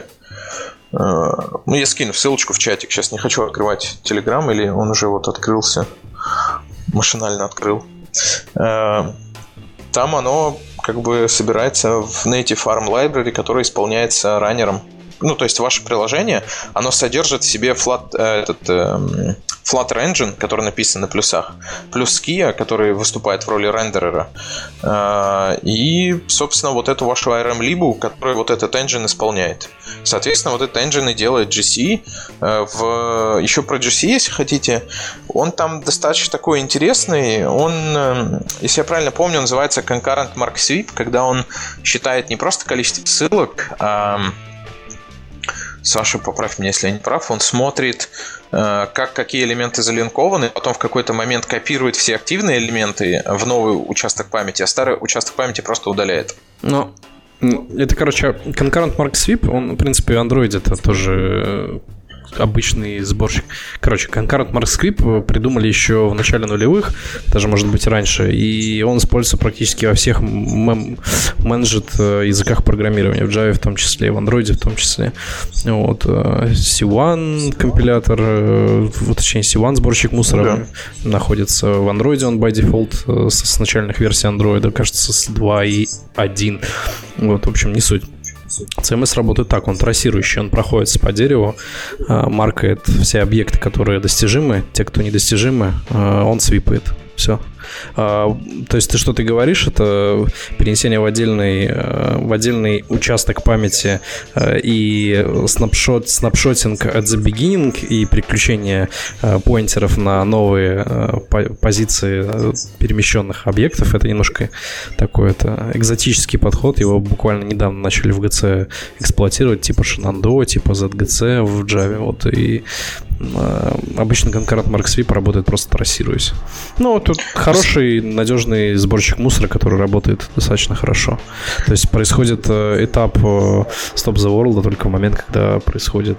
я скину ссылочку в чатик. Сейчас не хочу открывать Telegram, или он уже вот открылся. Машинально открыл. Там оно как бы собирается в Native ARM Library, который исполняется раннером. То есть ваше приложение, оно содержит в себе Flutter Engine, который написан на плюсах, плюс Skia, который выступает в роли рендерера, и, собственно, вот эту вашу ARM-либу, которую вот этот engine исполняет. Соответственно, вот этот engine и делает GC. Еще про GC, если хотите, он там достаточно такой интересный. Он, если я правильно помню, называется Concurrent Mark Sweep, когда он считает не просто количество ссылок, Саша, поправь меня, если я не прав, он смотрит, какие элементы залинкованы, потом в какой-то момент копирует все активные элементы в новый участок памяти, а старый участок памяти просто удаляет. Это, Concurrent Mark Sweep, он, в принципе, в Android это тоже обычный сборщик. Concurrent Mark Sweep придумали еще в начале нулевых, даже, может быть, раньше, и он используется практически во всех менеджет языках программирования, в Java в том числе, в Android в том числе. C1 компилятор, точнее, C1 сборщик мусора находится в Android, он by default с начальных версий Android, кажется, с 2.1. В общем, не суть. CMS работает так, он трассирующий, он проходится по дереву, маркает все объекты, которые достижимы, те, кто недостижимы, он свипает. Все. То есть ты что ты говоришь, это перенесение в отдельный участок памяти и снапшотинг at the beginning и переключение поинтеров на новые позиции перемещенных объектов. Это немножко такой экзотический подход. Его буквально недавно начали в GC эксплуатировать, типа Shenandoah, типа ZGC в Java. И обычно Concurrent Mark Sweep работает просто трассируясь. Тут хороший, надежный сборщик мусора, который работает достаточно хорошо. То есть происходит этап Stop the World только в момент, когда происходит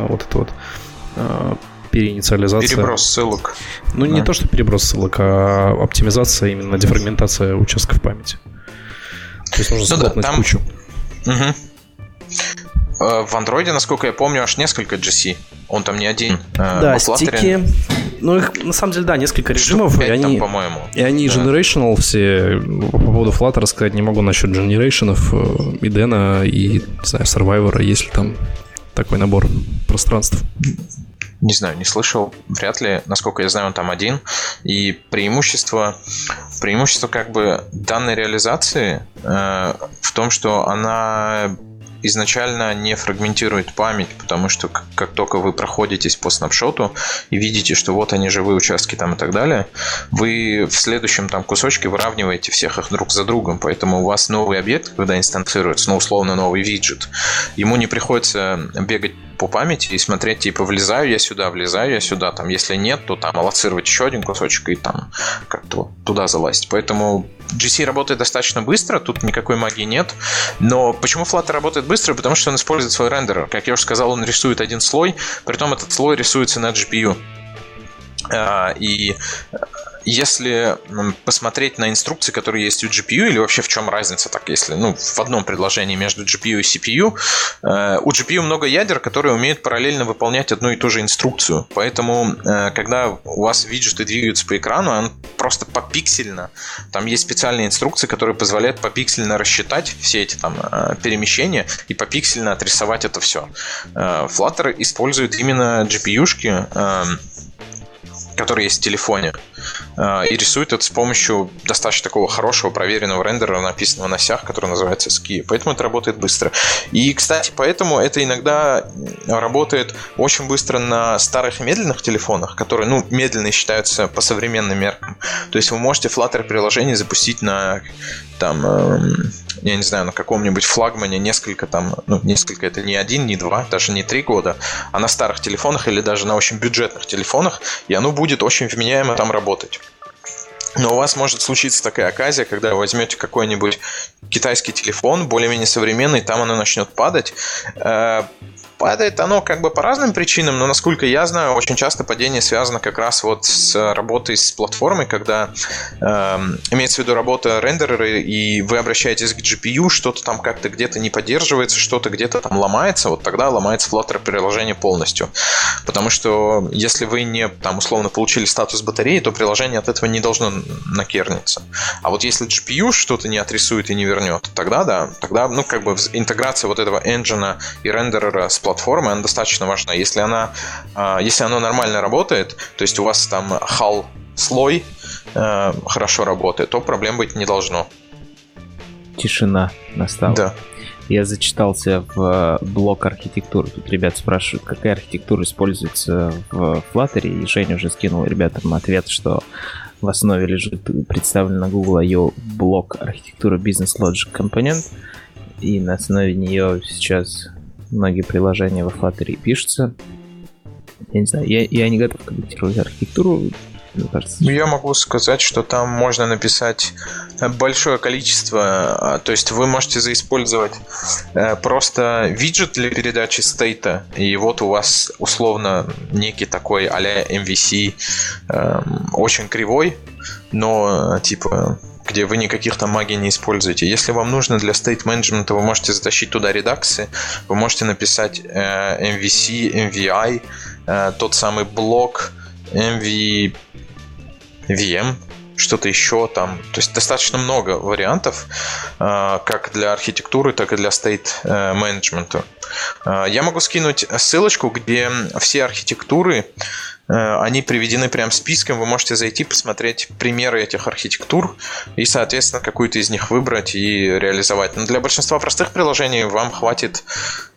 переинициализация. Переброс ссылок. Не то, что переброс ссылок, а оптимизация, именно дефрагментация участков памяти. То есть нужно схлопнуть кучу. Угу. В Android, насколько я помню, аж несколько GC. Он там не один. Да, стики. Их, на самом деле, несколько режимов. 5 там, по-моему. И они generational все. По поводу Flutter сказать не могу насчет generation'ов, Идена и, не знаю, Survivor, есть ли там такой набор пространств. Не знаю, не слышал. Вряд ли. Насколько я знаю, он там один. И преимущество как бы данной реализации в том, что она изначально не фрагментирует память, потому что как только вы проходитесь по снапшоту и видите, что вот они живые участки там и так далее, вы в следующем там кусочке выравниваете всех их друг за другом, поэтому у вас новый объект, когда инстанцируется, ну, условно, новый виджет, ему не приходится бегать по памяти и смотреть, типа, влезаю я сюда, там, если нет, то там аллоцировать еще один кусочек и там как-то вот туда залазить. Поэтому GC работает достаточно быстро, тут никакой магии нет. Но почему Flutter работает быстро? Потому что он использует свой рендерер. Как я уже сказал, он рисует один слой, притом этот слой рисуется на GPU. И если посмотреть на инструкции, которые есть у GPU, или вообще в чем разница, так если, ну, в одном предложении между GPU и CPU, у GPU много ядер, которые умеют параллельно выполнять одну и ту же инструкцию. Поэтому, когда у вас виджеты двигаются по экрану, он просто попиксельно, там есть специальные инструкции, которые позволяют попиксельно рассчитать все эти там перемещения и попиксельно отрисовать это все. Flutter использует именно GPU-шки, которые есть в телефоне, и рисует это с помощью достаточно такого хорошего проверенного рендера, написанного на осях, который называется SKI. Поэтому это работает быстро. И, кстати, поэтому это иногда работает очень быстро на старых и медленных телефонах, которые, ну, медленные считаются по современным меркам. То есть вы можете Flutter приложение запустить на там, я не знаю, на каком-нибудь флагмане несколько там, ну, несколько, это не 1, не 2, даже не 3 года, а на старых телефонах или даже на очень бюджетных телефонах, и оно будет очень вменяемо там работать. Но у вас может случиться такая оказия, когда вы возьмете какой-нибудь китайский телефон, более-менее современный, там оно начнет падать. Падает оно как бы по разным причинам, но, насколько я знаю, очень часто падение связано как раз вот с работой с платформой, когда имеется в виду работа рендерера, и вы обращаетесь к GPU, что-то там как-то где-то не поддерживается, что-то где-то там ломается, вот тогда ломается Flutter приложение полностью. Потому что если вы не, там, условно, получили статус батареи, то приложение от этого не должно накерниться. А вот если GPU что-то не отрисует и не вернет, тогда да, тогда, ну, как бы интеграция вот этого engine и рендерера с платформой, она достаточно важна. Если оно нормально работает, то есть у вас там HAL слой хорошо работает, то проблем быть не должно. Тишина настала. Да. Я зачитался в блок архитектуры. Тут ребят спрашивают, какая архитектура используется в Flutter, и Женя уже скинул ребятам ответ, что в основе лежит представлена Google I.O. блок архитектуры Business Logic Component, и на основе нее сейчас многие приложения во Flutter пишутся. Я не знаю, я не готов комментировать архитектуру. Мне кажется, я могу сказать, что там можно написать большое количество. То есть вы можете заиспользовать просто виджет для передачи стейта, и вот у вас условно некий такой а-ля MVC, очень кривой, но типа где вы никаких там магий не используете. Если вам нужно для стейт-менеджмента, вы можете затащить туда редаксы, вы можете написать MVC, MVI, тот самый блок, MVVM, что-то еще там. То есть достаточно много вариантов, как для архитектуры, так и для стейт-менеджмента. Я могу скинуть ссылочку, где все архитектуры, они приведены прям списком, вы можете зайти, посмотреть примеры этих архитектур и, соответственно, какую-то из них выбрать и реализовать. Но для большинства простых приложений вам хватит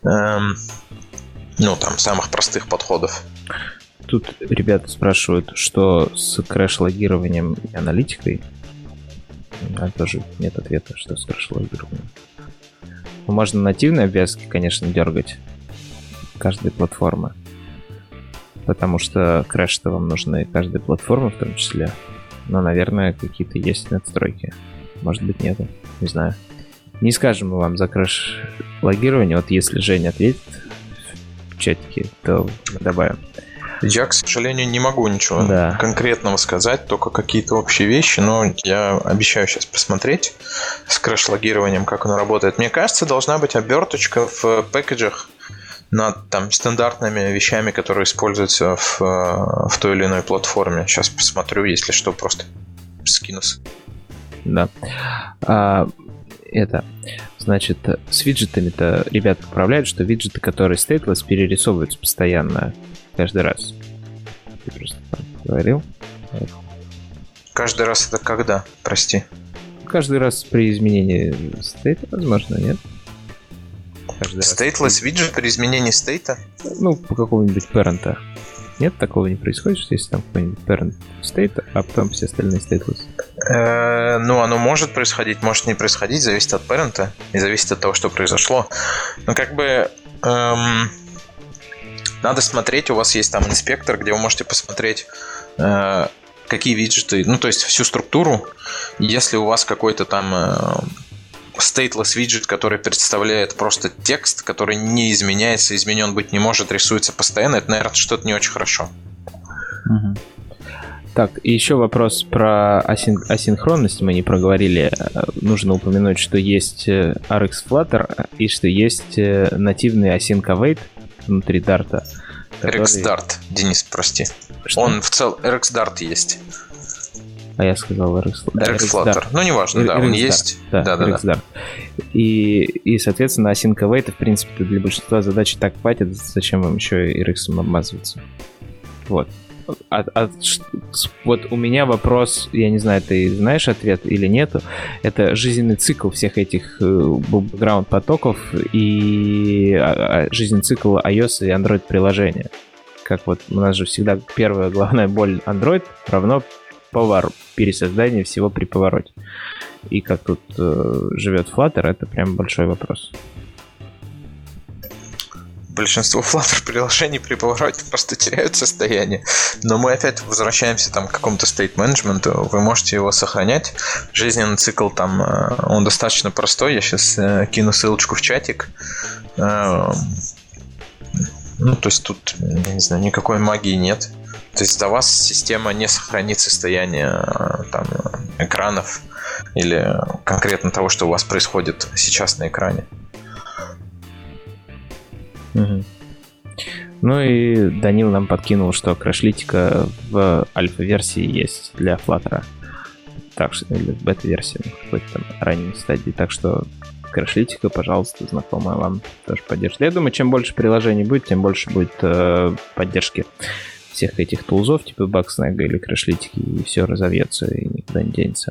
там самых простых подходов. Тут ребята спрашивают, что с крэш-логированием и аналитикой. А тоже нет ответа, что с крэш-логированием. Можно нативные обвязки, конечно, дергать каждой платформы, потому что крэш-то вам нужны каждой платформы в том числе. Но, наверное, какие-то есть надстройки. Может быть, нету. Не знаю. Не скажем мы вам за крэш-логирование. Вот если Женя ответит в чатике, то мы добавим. Я, к сожалению, не могу ничего конкретного сказать, только какие-то общие вещи, но я обещаю сейчас посмотреть с крэш-логированием, как оно работает. Мне кажется, должна быть оберточка в пэкэджах над там стандартными вещами, которые используются в той или иной платформе. Сейчас посмотрю, если что, просто скинусь. Да. Значит, с виджетами-то ребята поправляют, что виджеты, которые stateless, перерисовываются постоянно каждый раз. Ты просто говорил. Каждый раз это когда? Прости. Каждый раз при изменении стейта, возможно, нет? Stateless виджет при изменении стейта? Ну, по какому-нибудь парента. Нет, такого не происходит, что если там какой-нибудь parent state, а потом все остальные stateless? Ну, оно может происходить, может не происходить, зависит от парента и зависит от того, что произошло. Но как бы надо смотреть, у вас есть там инспектор, где вы можете посмотреть, какие виджеты, ну, то есть всю структуру. Если у вас какой-то там stateless виджет, который представляет просто текст, который не изменяется, изменен быть не может, рисуется постоянно, это, наверное, что-то не очень хорошо. Угу. Так, и еще вопрос про асинхронность мы не проговорили. Нужно упомянуть, что есть RX Flutter и что есть нативный async await внутри Dart. Который... RX Dart, Денис, прости. Что? Он в целом RX Dart есть. А я сказал RX Flutter. Ну, неважно, да, он есть. Да. Dart. И, соответственно, async await, в принципе, для большинства задач так хватит, зачем вам еще и RX обмазываться. Вот. Вот у меня вопрос, я не знаю, ты знаешь ответ или нету, это жизненный цикл всех этих бэкграунд-потоков и жизненный цикл iOS и Android приложения. Как вот у нас же всегда первая главная боль Android равно пересоздание всего при повороте. И как тут живет Flutter, это прям большой вопрос. Большинство Flutter приложений при повороте просто теряют состояние. Но мы опять возвращаемся там, к какому-то state-менеджменту. Вы можете его сохранять. Жизненный цикл там, он достаточно простой. Я сейчас кину ссылочку в чатик. Ну, то есть тут, я не знаю, никакой магии нет. То есть за вас система не сохранит состояние там, экранов или конкретно того, что у вас происходит сейчас на экране. Угу. Ну и Данил нам подкинул, что крашлитика в альфа-версии есть для Flutter. Так что, или в бета-версии, на какой-то там ранней стадии. Так что крашлитика, пожалуйста, знакомая вам тоже поддержит. Я думаю, чем больше приложений будет, тем больше будет поддержки всех этих тулзов, типа Bugsnag или крашлитики, и все разовьется и никуда не денется.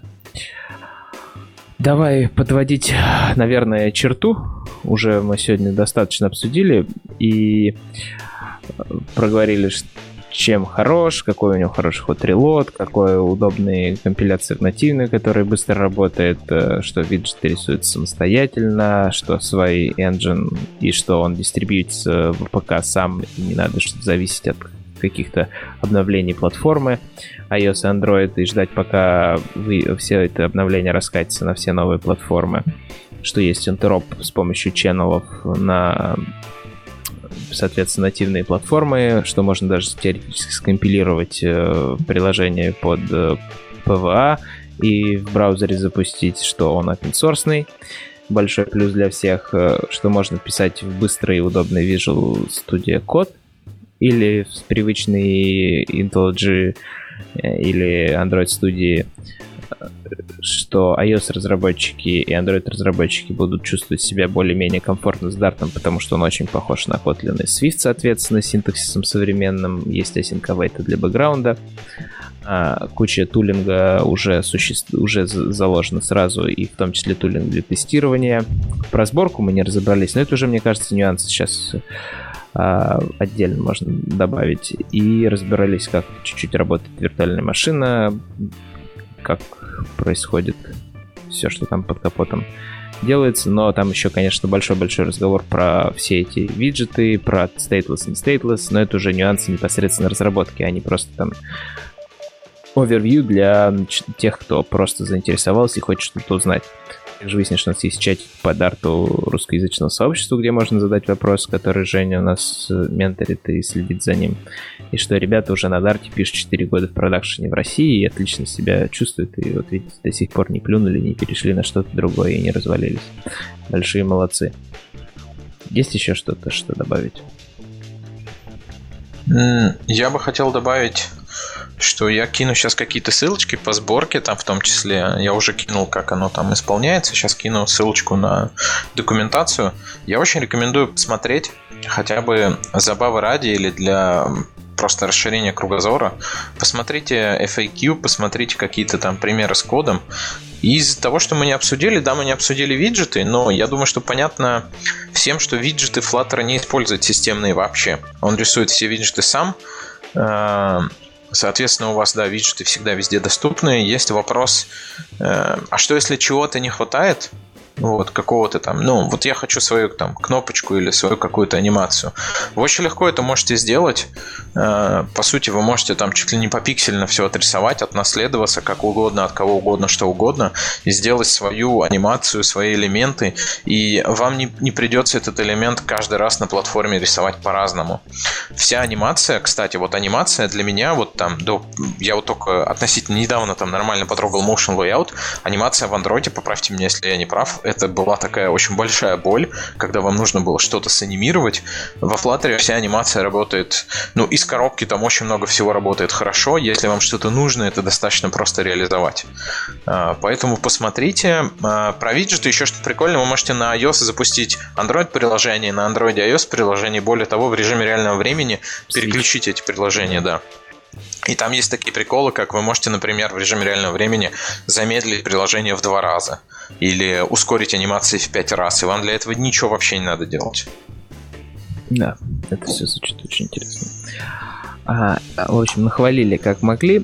Давай подводить, наверное, черту. Уже мы сегодня достаточно обсудили и проговорили, чем хорош, какой у него хороший hot reload, какой удобный компиляция нативный, который быстро работает, что виджеты рисуются самостоятельно, что свой engine и что он дистрибьютится в ПК сам, и не надо зависеть от каких-то обновлений платформы iOS и Android и ждать, пока все это обновление раскатится на все новые платформы. Что есть интероп с помощью ченнелов на, соответственно, нативные платформы, что можно даже теоретически скомпилировать приложение под PWA и в браузере запустить, что он open-source. Большой плюс для всех, что можно писать в быстрый и удобный Visual Studio код или в привычный IntelliJ или Android Studio, что iOS-разработчики и Android-разработчики будут чувствовать себя более-менее комфортно с Dart, потому что он очень похож на Kotlin и Swift, соответственно, с синтаксисом современным. Есть async await для бэкграунда. Куча тулинга уже заложена сразу, и в том числе тулинг для тестирования. Про сборку мы не разобрались, но это уже, мне кажется, нюансы сейчас отдельно можно добавить. И разбирались, как чуть-чуть работает виртуальная машина, как происходит все, что там под капотом делается. Но там еще, конечно, большой-большой разговор про все эти виджеты, про stateless и stateless, но это уже нюансы непосредственно разработки, а не просто там overview для тех, кто просто заинтересовался и хочет что-то узнать. Также выяснилось, что у нас есть чатик по Дарту русскоязычного сообщества, где можно задать вопрос, который Женя у нас менторит и следит за ним. И что ребята уже на Дарте пишут 4 года в продакшене в России и отлично себя чувствуют. И вот видите, до сих пор не плюнули, не перешли на что-то другое и не развалились. Большие молодцы. Есть еще что-то, что добавить? Я бы хотел добавить, что я кину сейчас какие-то ссылочки по сборке, там в том числе я уже кинул, как оно там исполняется, сейчас кину ссылочку на документацию. Я очень рекомендую посмотреть, хотя бы забавы ради или для просто расширения кругозора. Посмотрите FAQ, посмотрите какие-то там примеры с кодом И из-за того, что мы не обсудили, да, мы не обсудили виджеты, но я думаю, что понятно всем, что виджеты Flutter не использует системные вообще. Он рисует все виджеты сам. Соответственно, у вас, да, виджеты всегда везде доступны. Есть вопрос, а что если чего-то не хватает? Вот, какого-то там, ну, вот я хочу свою там кнопочку или свою какую-то анимацию. Вы очень легко это можете сделать. По сути, вы можете там чуть ли не попиксельно все отрисовать, отнаследоваться как угодно, от кого угодно, что угодно, и сделать свою анимацию, свои элементы, и вам не придется этот элемент каждый раз на платформе рисовать по-разному. Вся анимация, кстати, вот анимация для меня, вот там, я вот только относительно недавно там нормально потрогал Motion Layout, анимация в Android, поправьте меня, если я не прав, это была такая очень большая боль, когда вам нужно было что-то санимировать. Во Flutter вся анимация работает, ну, из коробки там очень много всего работает хорошо. Если вам что-то нужно, это достаточно просто реализовать. Поэтому посмотрите. Про виджеты еще что прикольно, вы можете на iOS запустить Android-приложение, на Android и iOS-приложение. Более того, в режиме реального времени переключить эти приложения, да. И там есть такие приколы, как вы можете, например, в режиме реального времени замедлить приложение в 2 раза или ускорить анимации в 5 раз, и вам для этого ничего вообще не надо делать. Да, это все звучит очень интересно. В общем, нахвалили как могли.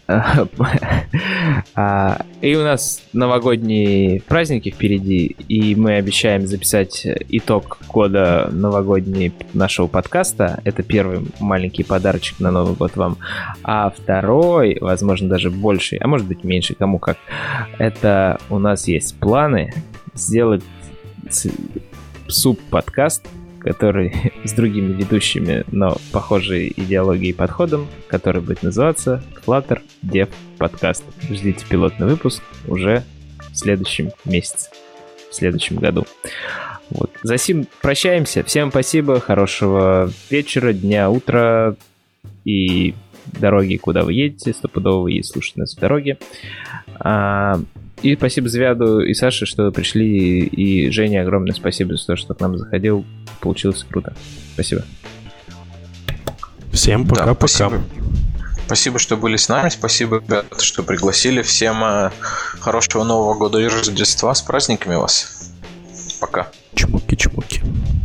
И у нас новогодние праздники впереди, и мы обещаем записать итог года новогодний нашего подкаста. Это первый маленький подарочек на Новый год вам. А второй, возможно, даже больший, а может быть меньше, кому как. Это у нас есть планы сделать суп-подкаст, который с другими ведущими, но похожей идеологией и подходом, который будет называться Flutter Dev Podcast. Ждите пилотный выпуск уже в следующем месяце, в следующем году. Вот. За сим прощаемся. Всем спасибо, хорошего вечера, дня, утра и дороги, куда вы едете. Стопудово вы слушаете нас в дороге. И спасибо Звяду и Саше, что пришли. И Жене огромное спасибо за то, что к нам заходил. Получилось круто. Спасибо. Всем пока-пока. Спасибо. Спасибо, что были с нами. Спасибо, ребята, что пригласили. Всем хорошего Нового года и Рождества. С праздниками вас. Пока. Чмоки-чмоки.